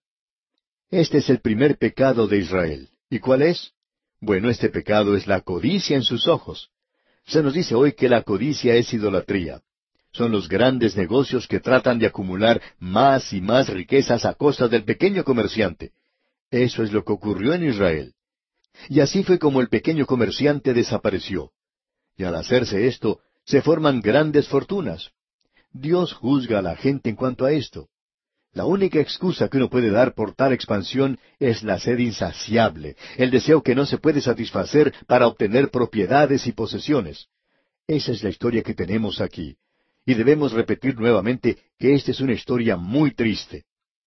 Este es el primer pecado de Israel. ¿Y cuál es? Bueno, este pecado es la codicia en sus ojos. Se nos dice hoy que la codicia es idolatría. Son los grandes negocios que tratan de acumular más y más riquezas a costa del pequeño comerciante. Eso es lo que ocurrió en Israel. Y así fue como el pequeño comerciante desapareció. Y al hacerse esto, se forman grandes fortunas. Dios juzga a la gente en cuanto a esto. La única excusa que uno puede dar por tal expansión es la sed insaciable, el deseo que no se puede satisfacer para obtener propiedades y posesiones. Esa es la historia que tenemos aquí. Y debemos repetir nuevamente que esta es una historia muy triste.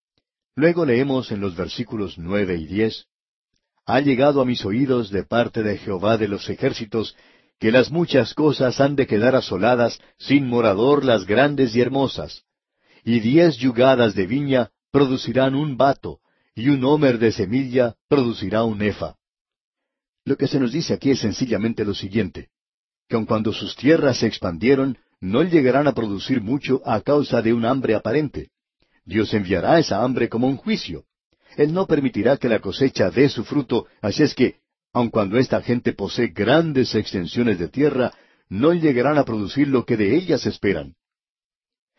Luego leemos en los versículos nueve y diez. Ha llegado a mis oídos de parte de Jehová de los ejércitos, que las muchas cosas han de quedar asoladas, sin morador las grandes y hermosas. Y diez yugadas de viña producirán un bato, y un homer de semilla producirá un efa. Lo que se nos dice aquí es sencillamente lo siguiente, que aun cuando sus tierras se expandieron, no llegarán a producir mucho a causa de un hambre aparente. Dios enviará esa hambre como un juicio. Él no permitirá que la cosecha dé su fruto, así es que, aun cuando esta gente posee grandes extensiones de tierra, no llegarán a producir lo que de ellas esperan.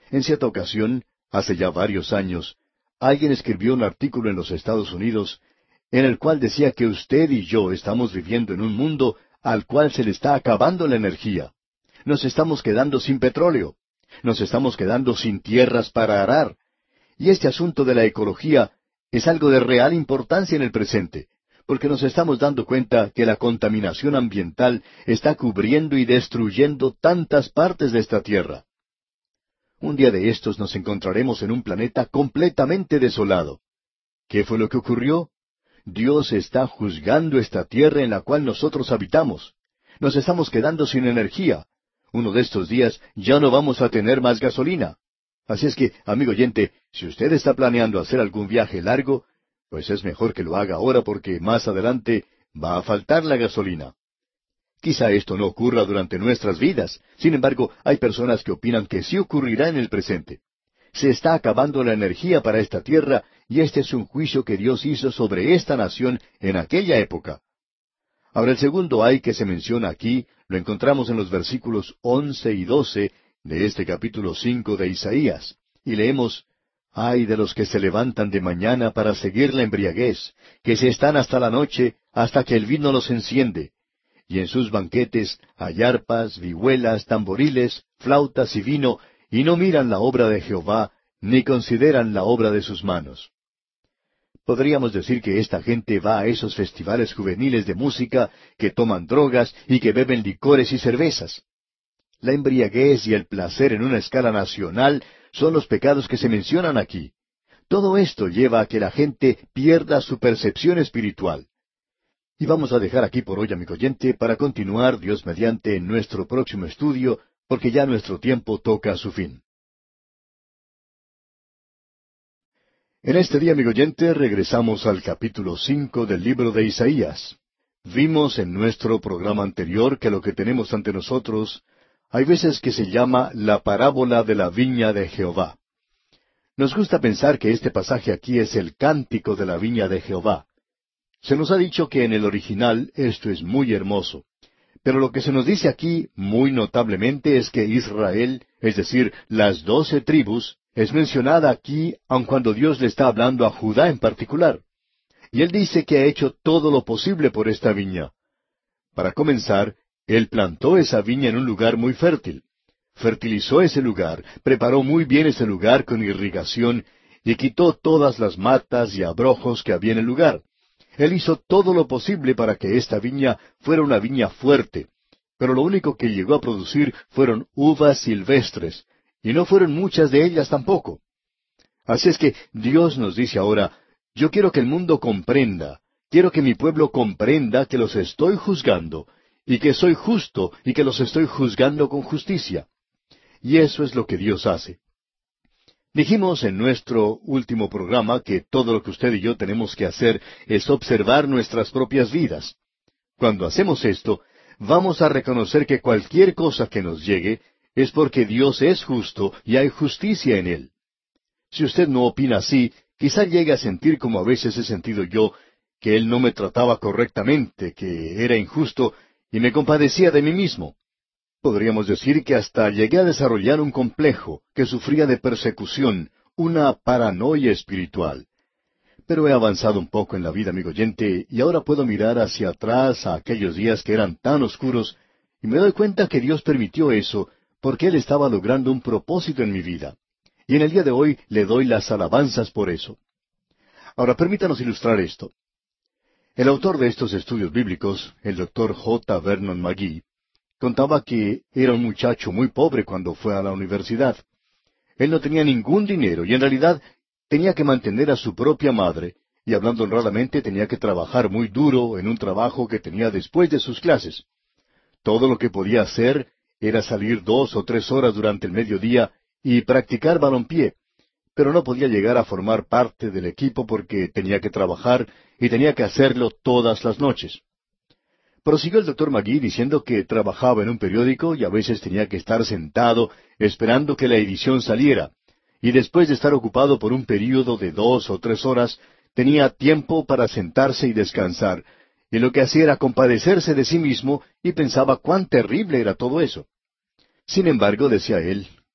En cierta ocasión, hace ya varios años, alguien escribió un artículo en los Estados Unidos en el cual decía que usted y yo estamos viviendo en un mundo al cual se le está acabando la energía. Nos estamos quedando sin petróleo. Nos estamos quedando sin tierras para arar. Y este asunto de la ecología es algo de real importancia en el presente, porque nos estamos dando cuenta que la contaminación ambiental está cubriendo y destruyendo tantas partes de esta tierra. Un día de estos nos encontraremos en un planeta completamente desolado. ¿Qué fue lo que ocurrió? Dios está juzgando esta tierra en la cual nosotros habitamos. Nos estamos quedando sin energía. Uno de estos días ya no vamos a tener más gasolina. Así es que, amigo oyente, si usted está planeando hacer algún viaje largo, pues es mejor que lo haga ahora porque más adelante va a faltar la gasolina. Quizá esto no ocurra durante nuestras vidas. Sin embargo, hay personas que opinan que sí ocurrirá en el presente. Se está acabando la energía para esta tierra y este es un juicio que Dios hizo sobre esta nación en aquella época. Ahora el segundo ay que se menciona aquí lo encontramos en los versículos once y doce de este capítulo cinco de Isaías. Y leemos, ay de los que se levantan de mañana para seguir la embriaguez, que se están hasta la noche, hasta que el vino los enciende. Y en sus banquetes hay arpas, vihuelas, tamboriles, flautas y vino, y no miran la obra de Jehová, ni consideran la obra de sus manos. Podríamos decir que esta gente va a esos festivales juveniles de música, que toman drogas y que beben licores y cervezas. La embriaguez y el placer en una escala nacional son los pecados que se mencionan aquí. Todo esto lleva a que la gente pierda su percepción espiritual. Y vamos a dejar aquí por hoy, amigo oyente, para continuar, Dios mediante, en nuestro próximo estudio, porque ya nuestro tiempo toca a su fin. En este día, amigo oyente, regresamos al capítulo cinco del libro de Isaías. Vimos en nuestro programa anterior que lo que tenemos ante nosotros hay veces que se llama la parábola de la viña de Jehová. Nos gusta pensar que este pasaje aquí es el cántico de la viña de Jehová. Se nos ha dicho que en el original esto es muy hermoso. Pero lo que se nos dice aquí muy notablemente es que Israel, es decir, las doce tribus, es mencionada aquí aun cuando Dios le está hablando a Judá en particular. Y él dice que ha hecho todo lo posible por esta viña. Para comenzar, él plantó esa viña en un lugar muy fértil. Fertilizó ese lugar, preparó muy bien ese lugar con irrigación y quitó todas las matas y abrojos que había en el lugar. Él hizo todo lo posible para que esta viña fuera una viña fuerte, pero lo único que llegó a producir fueron uvas silvestres, y no fueron muchas de ellas tampoco. Así es que Dios nos dice ahora, yo quiero que el mundo comprenda, quiero que mi pueblo comprenda que los estoy juzgando, y que soy justo, y que los estoy juzgando con justicia. Y eso es lo que Dios hace. Dijimos en nuestro último programa que todo lo que usted y yo tenemos que hacer es observar nuestras propias vidas. Cuando hacemos esto, vamos a reconocer que cualquier cosa que nos llegue es porque Dios es justo y hay justicia en Él. Si usted no opina así, quizá llegue a sentir como a veces he sentido yo, que Él no me trataba correctamente, que era injusto, y me compadecía de mí mismo. Podríamos decir que hasta llegué a desarrollar un complejo, que sufría de persecución, una paranoia espiritual. Pero he avanzado un poco en la vida, amigo oyente, y ahora puedo mirar hacia atrás a aquellos días que eran tan oscuros, y me doy cuenta que Dios permitió eso, porque Él estaba logrando un propósito en mi vida. Y en el día de hoy le doy las alabanzas por eso. Ahora permítanos ilustrar esto. El autor de estos estudios bíblicos, el doctor J. Vernon McGee, contaba que era un muchacho muy pobre cuando fue a la universidad. Él no tenía ningún dinero y en realidad tenía que mantener a su propia madre, y hablando honradamente tenía que trabajar muy duro en un trabajo que tenía después de sus clases. Todo lo que podía hacer era salir dos o tres horas durante el mediodía y practicar balompié, pero no podía llegar a formar parte del equipo porque tenía que trabajar y tenía que hacerlo todas las noches. Prosiguió el doctor McGee diciendo que trabajaba en un periódico y a veces tenía que estar sentado esperando que la edición saliera, y después de estar ocupado por un período de dos o tres horas, tenía tiempo para sentarse y descansar, y lo que hacía era compadecerse de sí mismo y pensaba cuán terrible era todo eso. Sin embargo, decía él,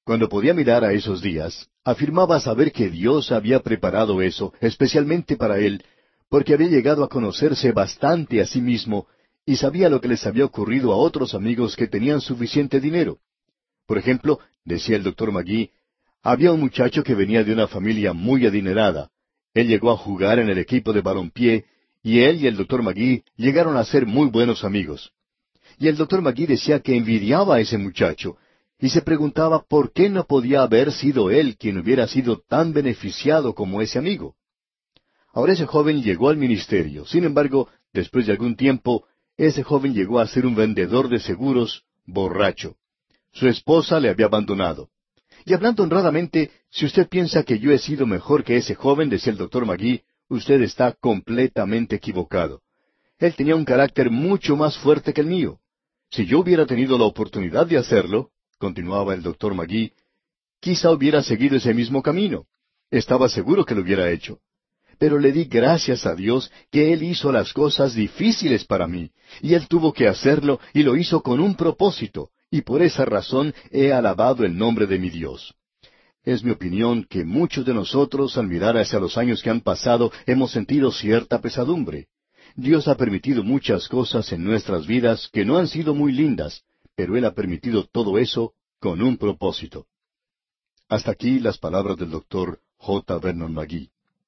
Cuando podía mirar a esos días, afirmaba saber que Dios había preparado eso especialmente para él, porque había llegado a conocerse bastante a sí mismo y sabía lo que les había ocurrido a otros amigos que tenían suficiente dinero. Por ejemplo, decía el doctor Magee, había un muchacho que venía de una familia muy adinerada. Él llegó a jugar en el equipo de balompié y él y el doctor Magee llegaron a ser muy buenos amigos. Y el doctor Magee decía que envidiaba a ese muchacho y se preguntaba por qué no podía haber sido él quien hubiera sido tan beneficiado como ese amigo. Ahora ese joven llegó al ministerio. Sin embargo, después de algún tiempo, ese joven llegó a ser un vendedor de seguros borracho. Su esposa le había abandonado. Y hablando honradamente, si usted piensa que yo he sido mejor que ese joven, decía el doctor Magee, usted está completamente equivocado. Él tenía un carácter mucho más fuerte que el mío. Si yo hubiera tenido la oportunidad de hacerlo, continuaba el doctor Magee, quizá hubiera seguido ese mismo camino. Estaba seguro que lo hubiera hecho. Pero le di gracias a Dios que Él hizo las cosas difíciles para mí, y Él tuvo que hacerlo y lo hizo con un propósito, y por esa razón he alabado el nombre de mi Dios. Es mi opinión que muchos de nosotros, al mirar hacia los años que han pasado, hemos sentido cierta pesadumbre. Dios ha permitido muchas cosas en nuestras vidas que no han sido muy lindas, pero Él ha permitido todo eso con un propósito. Hasta aquí las palabras del doctor J. Vernon Magee.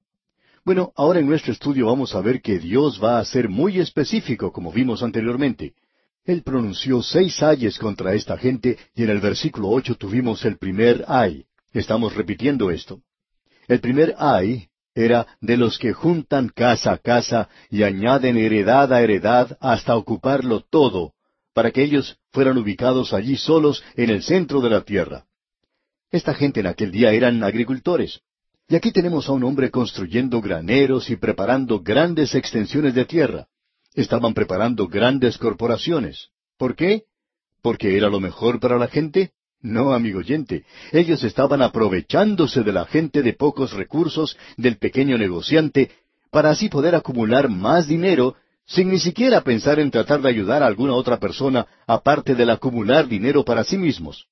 Bueno, ahora en nuestro estudio vamos a ver que Dios va a ser muy específico, como vimos anteriormente. Él pronunció seis ayes contra esta gente, y en el versículo ocho tuvimos el primer ay. Estamos repitiendo esto. El primer ay era de los que juntan casa a casa y añaden heredad a heredad hasta ocuparlo todo, para que ellos fueran ubicados allí solos en el centro de la tierra. Esta gente en aquel día eran agricultores. Y aquí tenemos a un hombre construyendo graneros y preparando grandes extensiones de tierra. Estaban preparando grandes corporaciones. ¿Por qué? ¿Porque era lo mejor para la gente? No, amigo oyente. Ellos estaban aprovechándose de la gente de pocos recursos, del pequeño negociante, para así poder acumular más dinero, sin ni siquiera pensar en tratar de ayudar a alguna otra persona, aparte del acumular dinero para sí mismos.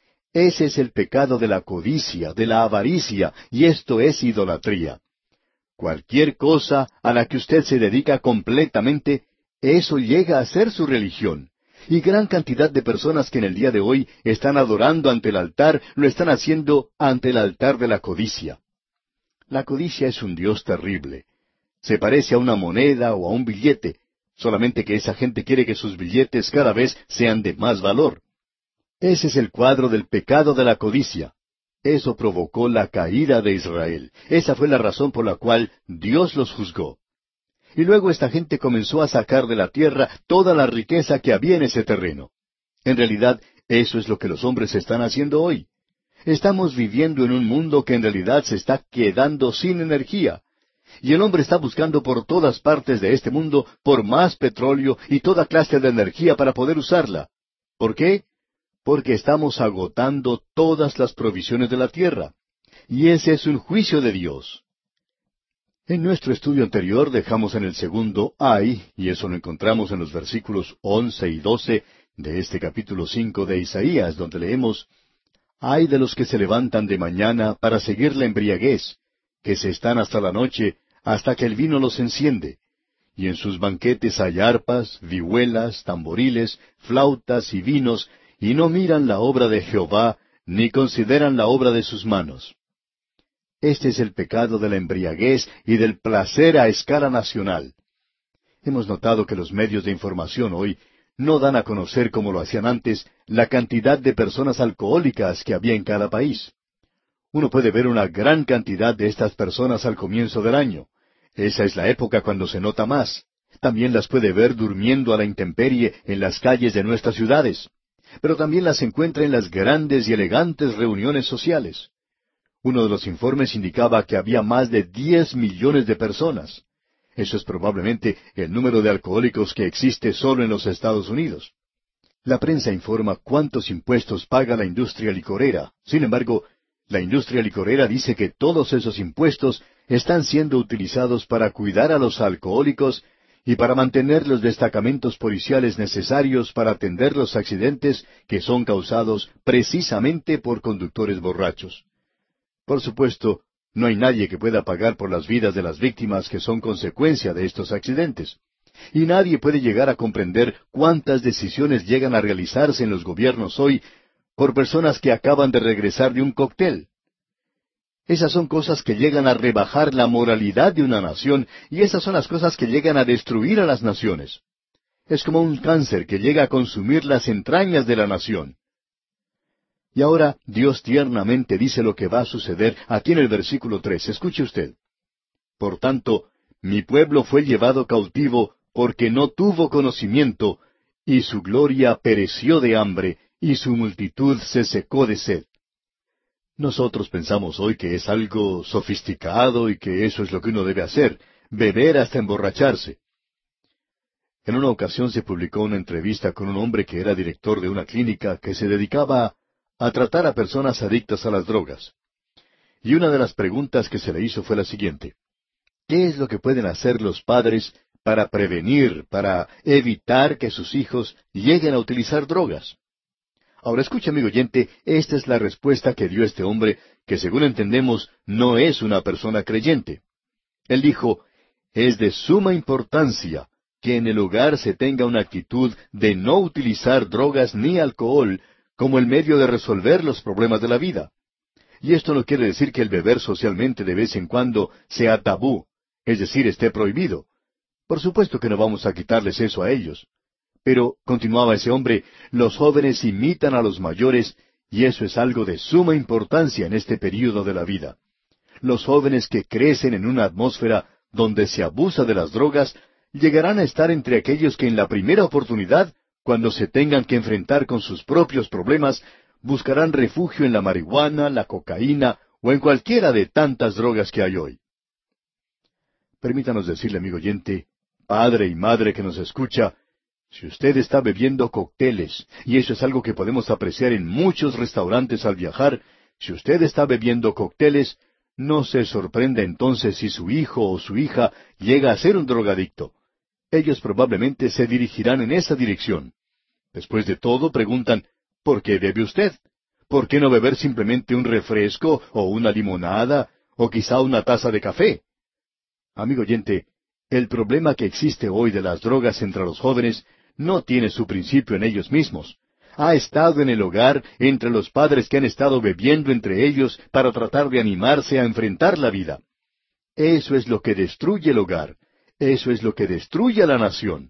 Ese es el pecado de la codicia, de la avaricia, y esto es idolatría. Cualquier cosa a la que usted se dedica completamente, eso llega a ser su religión. Y gran cantidad de personas que en el día de hoy están adorando ante el altar, lo están haciendo ante el altar de la codicia. La codicia es un Dios terrible. Se parece a una moneda o a un billete, solamente que esa gente quiere que sus billetes cada vez sean de más valor. Ese es el cuadro del pecado de la codicia. Eso provocó la caída de Israel. Esa fue la razón por la cual Dios los juzgó. Y luego esta gente comenzó a sacar de la tierra toda la riqueza que había en ese terreno. En realidad, eso es lo que los hombres están haciendo hoy. Estamos viviendo en un mundo que en realidad se está quedando sin energía. Y el hombre está buscando por todas partes de este mundo por más petróleo y toda clase de energía para poder usarla. ¿Por qué? Porque estamos agotando todas las provisiones de la tierra. Y ese es un juicio de Dios. En nuestro estudio anterior dejamos en el segundo ay, y eso lo encontramos en los versículos once y doce de este capítulo cinco de Isaías, donde leemos, ay de los que se levantan de mañana para seguir la embriaguez, que se están hasta la noche, hasta que el vino los enciende. Y en sus banquetes hay arpas, vihuelas, tamboriles, flautas y vinos, y no miran la obra de Jehová, ni consideran la obra de sus manos. Este es el pecado de la embriaguez y del placer a escala nacional. Hemos notado que los medios de información hoy no dan a conocer, como lo hacían antes, la cantidad de personas alcohólicas que había en cada país. Uno puede ver una gran cantidad de estas personas al comienzo del año. Esa es la época cuando se nota más. También las puede ver durmiendo a la intemperie en las calles de nuestras ciudades. Pero también las encuentra en las grandes y elegantes reuniones sociales. Uno de los informes indicaba que había más de diez millones de personas. Eso es probablemente el número de alcohólicos que existe solo en los Estados Unidos. La prensa informa cuántos impuestos paga la industria licorera. Sin embargo, la industria licorera dice que todos esos impuestos están siendo utilizados para cuidar a los alcohólicos y para mantener los destacamentos policiales necesarios para atender los accidentes que son causados precisamente por conductores borrachos. Por supuesto, no hay nadie que pueda pagar por las vidas de las víctimas que son consecuencia de estos accidentes. Y nadie puede llegar a comprender cuántas decisiones llegan a realizarse en los gobiernos hoy por personas que acaban de regresar de un cóctel. Esas son cosas que llegan a rebajar la moralidad de una nación, y esas son las cosas que llegan a destruir a las naciones. Es como un cáncer que llega a consumir las entrañas de la nación. Y ahora Dios tiernamente dice lo que va a suceder aquí en el versículo tres. Escuche usted. Por tanto, mi pueblo fue llevado cautivo porque no tuvo conocimiento, y su gloria pereció de hambre, y su multitud se secó de sed. Nosotros pensamos hoy que es algo sofisticado y que eso es lo que uno debe hacer, beber hasta emborracharse. En una ocasión se publicó una entrevista con un hombre que era director de una clínica que se dedicaba a tratar a personas adictas a las drogas. Y una de las preguntas que se le hizo fue la siguiente: ¿qué es lo que pueden hacer los padres para prevenir, para evitar que sus hijos lleguen a utilizar drogas? Ahora escucha, amigo oyente, esta es la respuesta que dio este hombre, que según entendemos no es una persona creyente. Él dijo: es de suma importancia que en el hogar se tenga una actitud de no utilizar drogas ni alcohol como el medio de resolver los problemas de la vida. Y esto no quiere decir que el beber socialmente de vez en cuando sea tabú, es decir, esté prohibido. Por supuesto que no vamos a quitarles eso a ellos. Pero, continuaba ese hombre, los jóvenes imitan a los mayores, y eso es algo de suma importancia en este período de la vida. Los jóvenes que crecen en una atmósfera donde se abusa de las drogas, llegarán a estar entre aquellos que en la primera oportunidad, cuando se tengan que enfrentar con sus propios problemas, buscarán refugio en la marihuana, la cocaína o en cualquiera de tantas drogas que hay hoy. Permítanos decirle, amigo oyente, padre y madre que nos escucha, si usted está bebiendo cócteles, y eso es algo que podemos apreciar en muchos restaurantes al viajar, si usted está bebiendo cócteles, no se sorprenda entonces si su hijo o su hija llega a ser un drogadicto. Ellos probablemente se dirigirán en esa dirección. Después de todo, preguntan: ¿por qué bebe usted? ¿Por qué no beber simplemente un refresco, o una limonada, o quizá una taza de café? Amigo oyente, el problema que existe hoy de las drogas entre los jóvenes no tiene su principio en ellos mismos. Ha estado en el hogar, entre los padres que han estado bebiendo entre ellos para tratar de animarse a enfrentar la vida. Eso es lo que destruye el hogar. Eso es lo que destruye a la nación.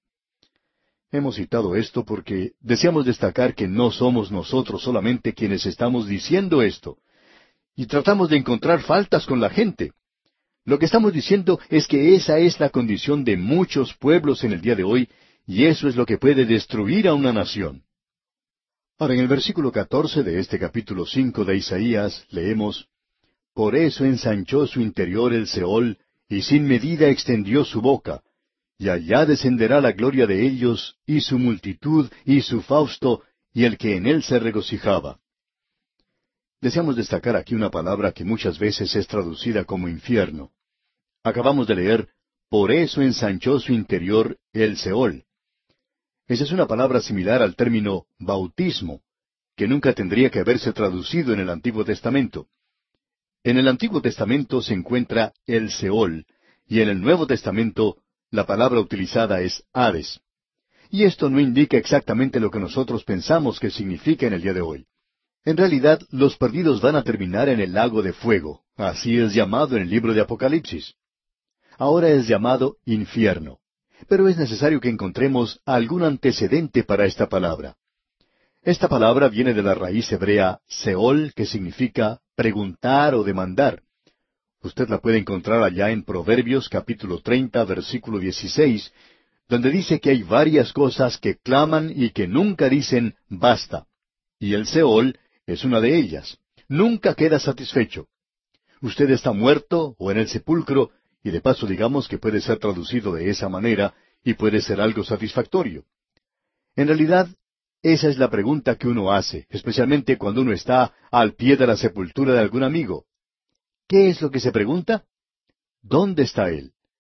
Hemos citado esto porque deseamos destacar que no somos nosotros solamente quienes estamos diciendo esto. Y tratamos de encontrar faltas con la gente. Lo que estamos diciendo es que esa es la condición de muchos pueblos en el día de hoy, y eso es lo que puede destruir a una nación. Ahora, en el versículo catorce de este capítulo cinco de Isaías, leemos: Por eso ensanchó su interior el Seol, y sin medida extendió su boca, y allá descenderá la gloria de ellos, y su multitud, y su fausto, y el que en él se regocijaba. Deseamos destacar aquí una palabra que muchas veces es traducida como infierno. Acabamos de leer: por eso ensanchó su interior el Seol. Esa es una palabra similar al término bautismo, que nunca tendría que haberse traducido en el Antiguo Testamento. En el Antiguo Testamento se encuentra el Seol, y en el Nuevo Testamento la palabra utilizada es Hades. Y esto no indica exactamente lo que nosotros pensamos que significa en el día de hoy. En realidad, los perdidos van a terminar en el lago de fuego. Así es llamado en el libro de Apocalipsis. Ahora es llamado infierno. Pero es necesario que encontremos algún antecedente para esta palabra. Esta palabra viene de la raíz hebrea Seol, que significa preguntar o demandar. Usted la puede encontrar allá en Proverbios capítulo treinta, versículo dieciséis, donde dice que hay varias cosas que claman y que nunca dicen basta. Y el Seol es una de ellas. Nunca queda satisfecho. Usted está muerto o en el sepulcro, y de paso digamos que puede ser traducido de esa manera, y puede ser algo satisfactorio. En realidad, esa es la pregunta que uno hace, especialmente cuando uno está al pie de la sepultura de algún amigo. ¿Qué es lo que se pregunta? ¿Dónde está él?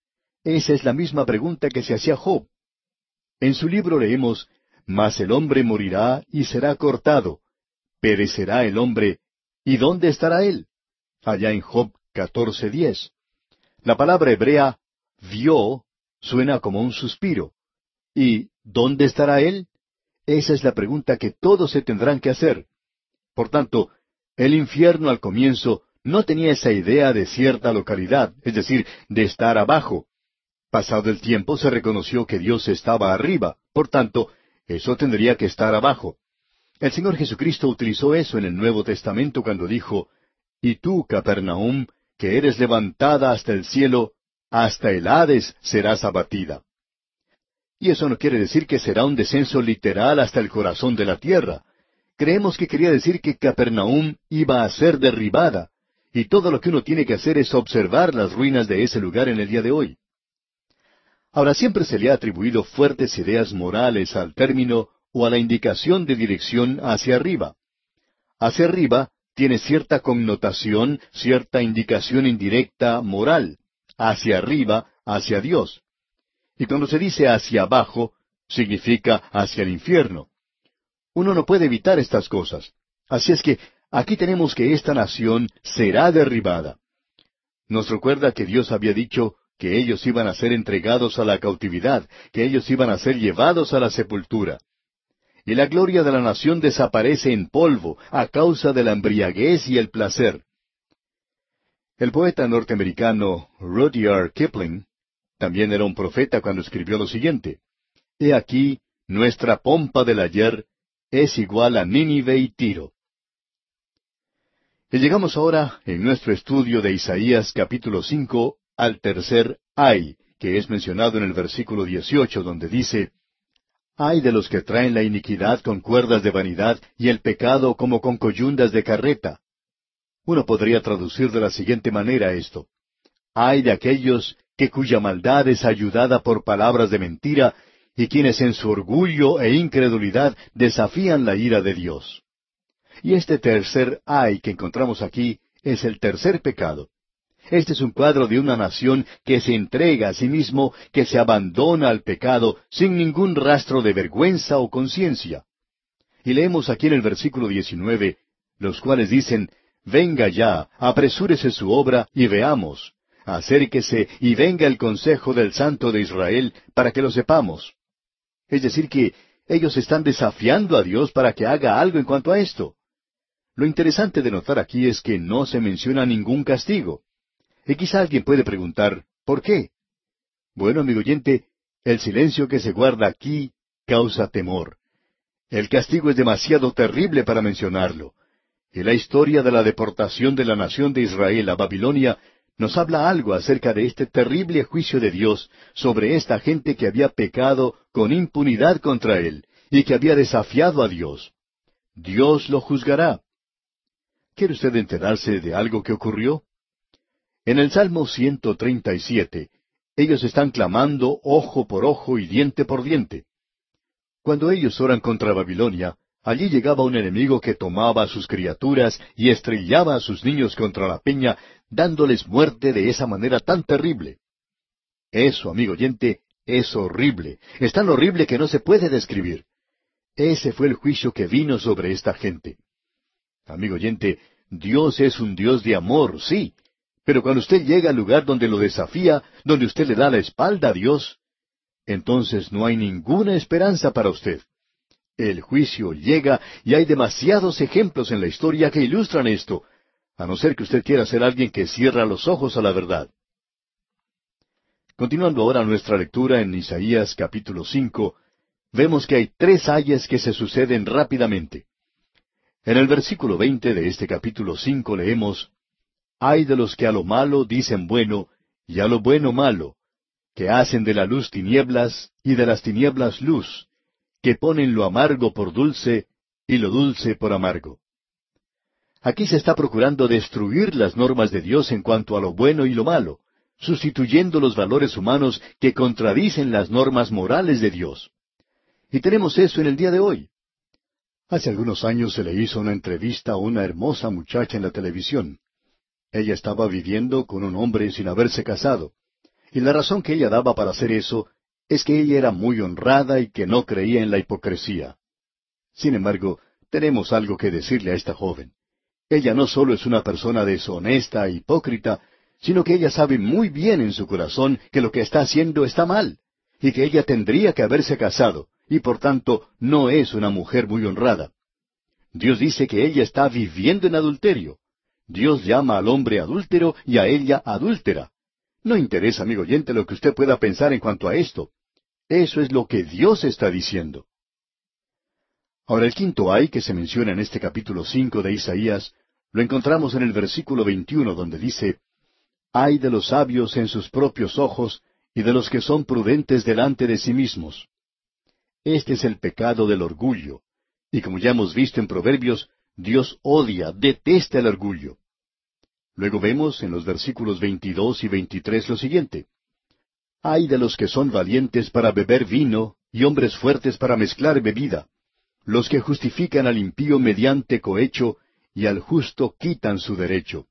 Esa es la misma pregunta que se hacía Job. En su libro leemos, Mas el hombre morirá y será cortado. Perecerá el hombre, ¿y dónde estará él? Allá en Job catorce diez. La palabra hebrea, vio, suena como un suspiro. ¿Y dónde estará él? Esa es la pregunta que todos se tendrán que hacer. Por tanto, el infierno al comienzo no tenía esa idea de cierta localidad, es decir, de estar abajo. Pasado el tiempo se reconoció que Dios estaba arriba, por tanto, eso tendría que estar abajo. El Señor Jesucristo utilizó eso en el Nuevo Testamento cuando dijo, Y tú, Capernaum, que eres levantada hasta el cielo, hasta el Hades serás abatida. Y eso no quiere decir que será un descenso literal hasta el corazón de la tierra. Creemos que quería decir que Capernaum iba a ser derribada, y todo lo que uno tiene que hacer es observar las ruinas de ese lugar en el día de hoy. Ahora, siempre se le ha atribuido fuertes ideas morales al término o a la indicación de dirección hacia arriba. Hacia arriba tiene cierta connotación, cierta indicación indirecta moral. Hacia arriba, hacia Dios. Y cuando se dice hacia abajo, significa hacia el infierno. Uno no puede evitar estas cosas. Así es que aquí tenemos que esta nación será derribada. Nos recuerda que Dios había dicho que ellos iban a ser entregados a la cautividad, que ellos iban a ser llevados a la sepultura. Y la gloria de la nación desaparece en polvo a causa de la embriaguez y el placer. El poeta norteamericano Rudyard Kipling también era un profeta cuando escribió lo siguiente: He aquí, nuestra pompa del ayer es igual a Nínive y Tiro. Y llegamos ahora, en nuestro estudio de Isaías capítulo cinco, al tercer ay, que es mencionado en el versículo dieciocho, donde dice, Ay de los que traen la iniquidad con cuerdas de vanidad y el pecado como con coyundas de carreta. Uno podría traducir de la siguiente manera esto: Ay de aquellos que cuya maldad es ayudada por palabras de mentira, y quienes en su orgullo e incredulidad desafían la ira de Dios. Y este tercer ay que encontramos aquí es el tercer pecado. Este es un cuadro de una nación que se entrega a sí mismo, que se abandona al pecado sin ningún rastro de vergüenza o conciencia. Y leemos aquí en el versículo diecinueve, los cuales dicen, Venga ya, apresúrese su obra y veamos. Acérquese y venga el consejo del Santo de Israel para que lo sepamos. Es decir que ellos están desafiando a Dios para que haga algo en cuanto a esto. Lo interesante de notar aquí es que no se menciona ningún castigo. Y quizá alguien puede preguntar, ¿por qué? Bueno, amigo oyente, el silencio que se guarda aquí causa temor. El castigo es demasiado terrible para mencionarlo. Y la historia de la deportación de la nación de Israel a Babilonia nos habla algo acerca de este terrible juicio de Dios sobre esta gente que había pecado con impunidad contra Él y que había desafiado a Dios. Dios lo juzgará. ¿Quiere usted enterarse de algo que ocurrió? En el Salmo ciento treinta y siete, ellos están clamando ojo por ojo y diente por diente. Cuando ellos oran contra Babilonia, allí llegaba un enemigo que tomaba a sus criaturas y estrellaba a sus niños contra la peña, dándoles muerte de esa manera tan terrible. Eso, amigo oyente, es horrible. Es tan horrible que no se puede describir. Ese fue el juicio que vino sobre esta gente. Amigo oyente, Dios es un Dios de amor, sí, pero cuando usted llega al lugar donde lo desafía, donde usted le da la espalda a Dios, entonces no hay ninguna esperanza para usted. El juicio llega y hay demasiados ejemplos en la historia que ilustran esto, a no ser que usted quiera ser alguien que cierra los ojos a la verdad. Continuando ahora nuestra lectura en Isaías capítulo cinco, vemos que hay tres ayes que se suceden rápidamente. En el versículo veinte de este capítulo cinco leemos, Ay de los que a lo malo dicen bueno, y a lo bueno malo, que hacen de la luz tinieblas, y de las tinieblas luz, que ponen lo amargo por dulce, y lo dulce por amargo. Aquí se está procurando destruir las normas de Dios en cuanto a lo bueno y lo malo, sustituyendo los valores humanos que contradicen las normas morales de Dios. Y tenemos eso en el día de hoy. Hace algunos años se le hizo una entrevista a una hermosa muchacha en la televisión. Ella estaba viviendo con un hombre sin haberse casado. Y la razón que ella daba para hacer eso es que ella era muy honrada y que no creía en la hipocresía. Sin embargo, tenemos algo que decirle a esta joven. Ella no solo es una persona deshonesta e hipócrita, sino que ella sabe muy bien en su corazón que lo que está haciendo está mal, y que ella tendría que haberse casado, y por tanto no es una mujer muy honrada. Dios dice que ella está viviendo en adulterio. Dios llama al hombre adúltero y a ella adúltera. No interesa, amigo oyente, lo que usted pueda pensar en cuanto a esto. Eso es lo que Dios está diciendo. Ahora, el quinto ay que se menciona en este capítulo cinco de Isaías, lo encontramos en el versículo veintiuno, donde dice, «Ay de los sabios en sus propios ojos, y de los que son prudentes delante de sí mismos». Este es el pecado del orgullo. Y como ya hemos visto en Proverbios, Dios odia, detesta el orgullo. Luego vemos en los versículos veintidós y veintitrés lo siguiente. «Ay de los que son valientes para beber vino, y hombres fuertes para mezclar bebida, los que justifican al impío mediante cohecho, y al justo quitan su derecho».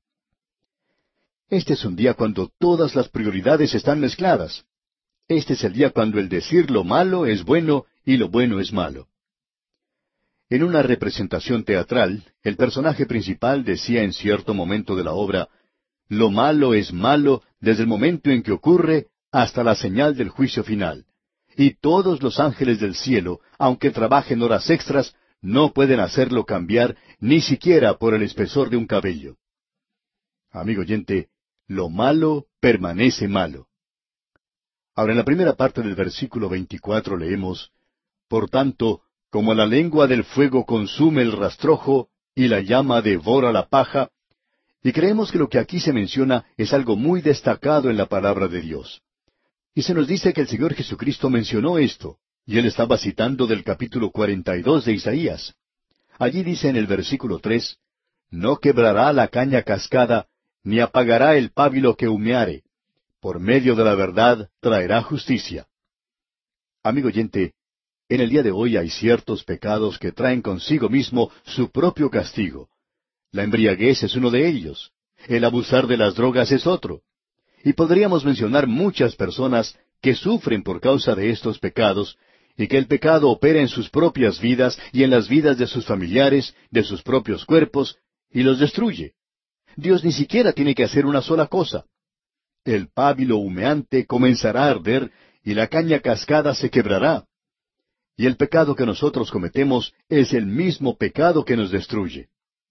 Este es un día cuando todas las prioridades están mezcladas. Este es el día cuando el decir lo malo es bueno y lo bueno es malo. En una representación teatral, el personaje principal decía en cierto momento de la obra, «Lo malo es malo desde el momento en que ocurre hasta la señal del juicio final. Y todos los ángeles del cielo, aunque trabajen horas extras, no pueden hacerlo cambiar ni siquiera por el espesor de un cabello». Amigo oyente, lo malo permanece malo. Ahora, en la primera parte del versículo veinticuatro leemos, «Por tanto, como la lengua del fuego consume el rastrojo, y la llama devora la paja», y creemos que lo que aquí se menciona es algo muy destacado en la palabra de Dios. Y se nos dice que el Señor Jesucristo mencionó esto, y Él estaba citando del capítulo cuarenta y dos de Isaías. Allí dice en el versículo tres, «No quebrará la caña cascada, ni apagará el pábilo que humeare. Por medio de la verdad traerá justicia». Amigo oyente, en el día de hoy hay ciertos pecados que traen consigo mismo su propio castigo. La embriaguez es uno de ellos. El abusar de las drogas es otro. Y podríamos mencionar muchas personas que sufren por causa de estos pecados, y que el pecado opera en sus propias vidas y en las vidas de sus familiares, de sus propios cuerpos, y los destruye. Dios ni siquiera tiene que hacer una sola cosa. El pábilo humeante comenzará a arder, y la caña cascada se quebrará. Y el pecado que nosotros cometemos es el mismo pecado que nos destruye.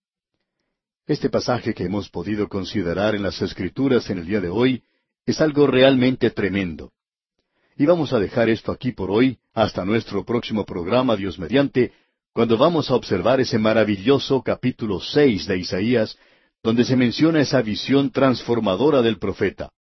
Este pasaje que hemos podido considerar en las Escrituras en el día de hoy es algo realmente tremendo. Y vamos a dejar esto aquí por hoy, hasta nuestro próximo programa, Dios mediante, cuando vamos a observar ese maravilloso capítulo seis de Isaías, donde se menciona esa visión transformadora del profeta.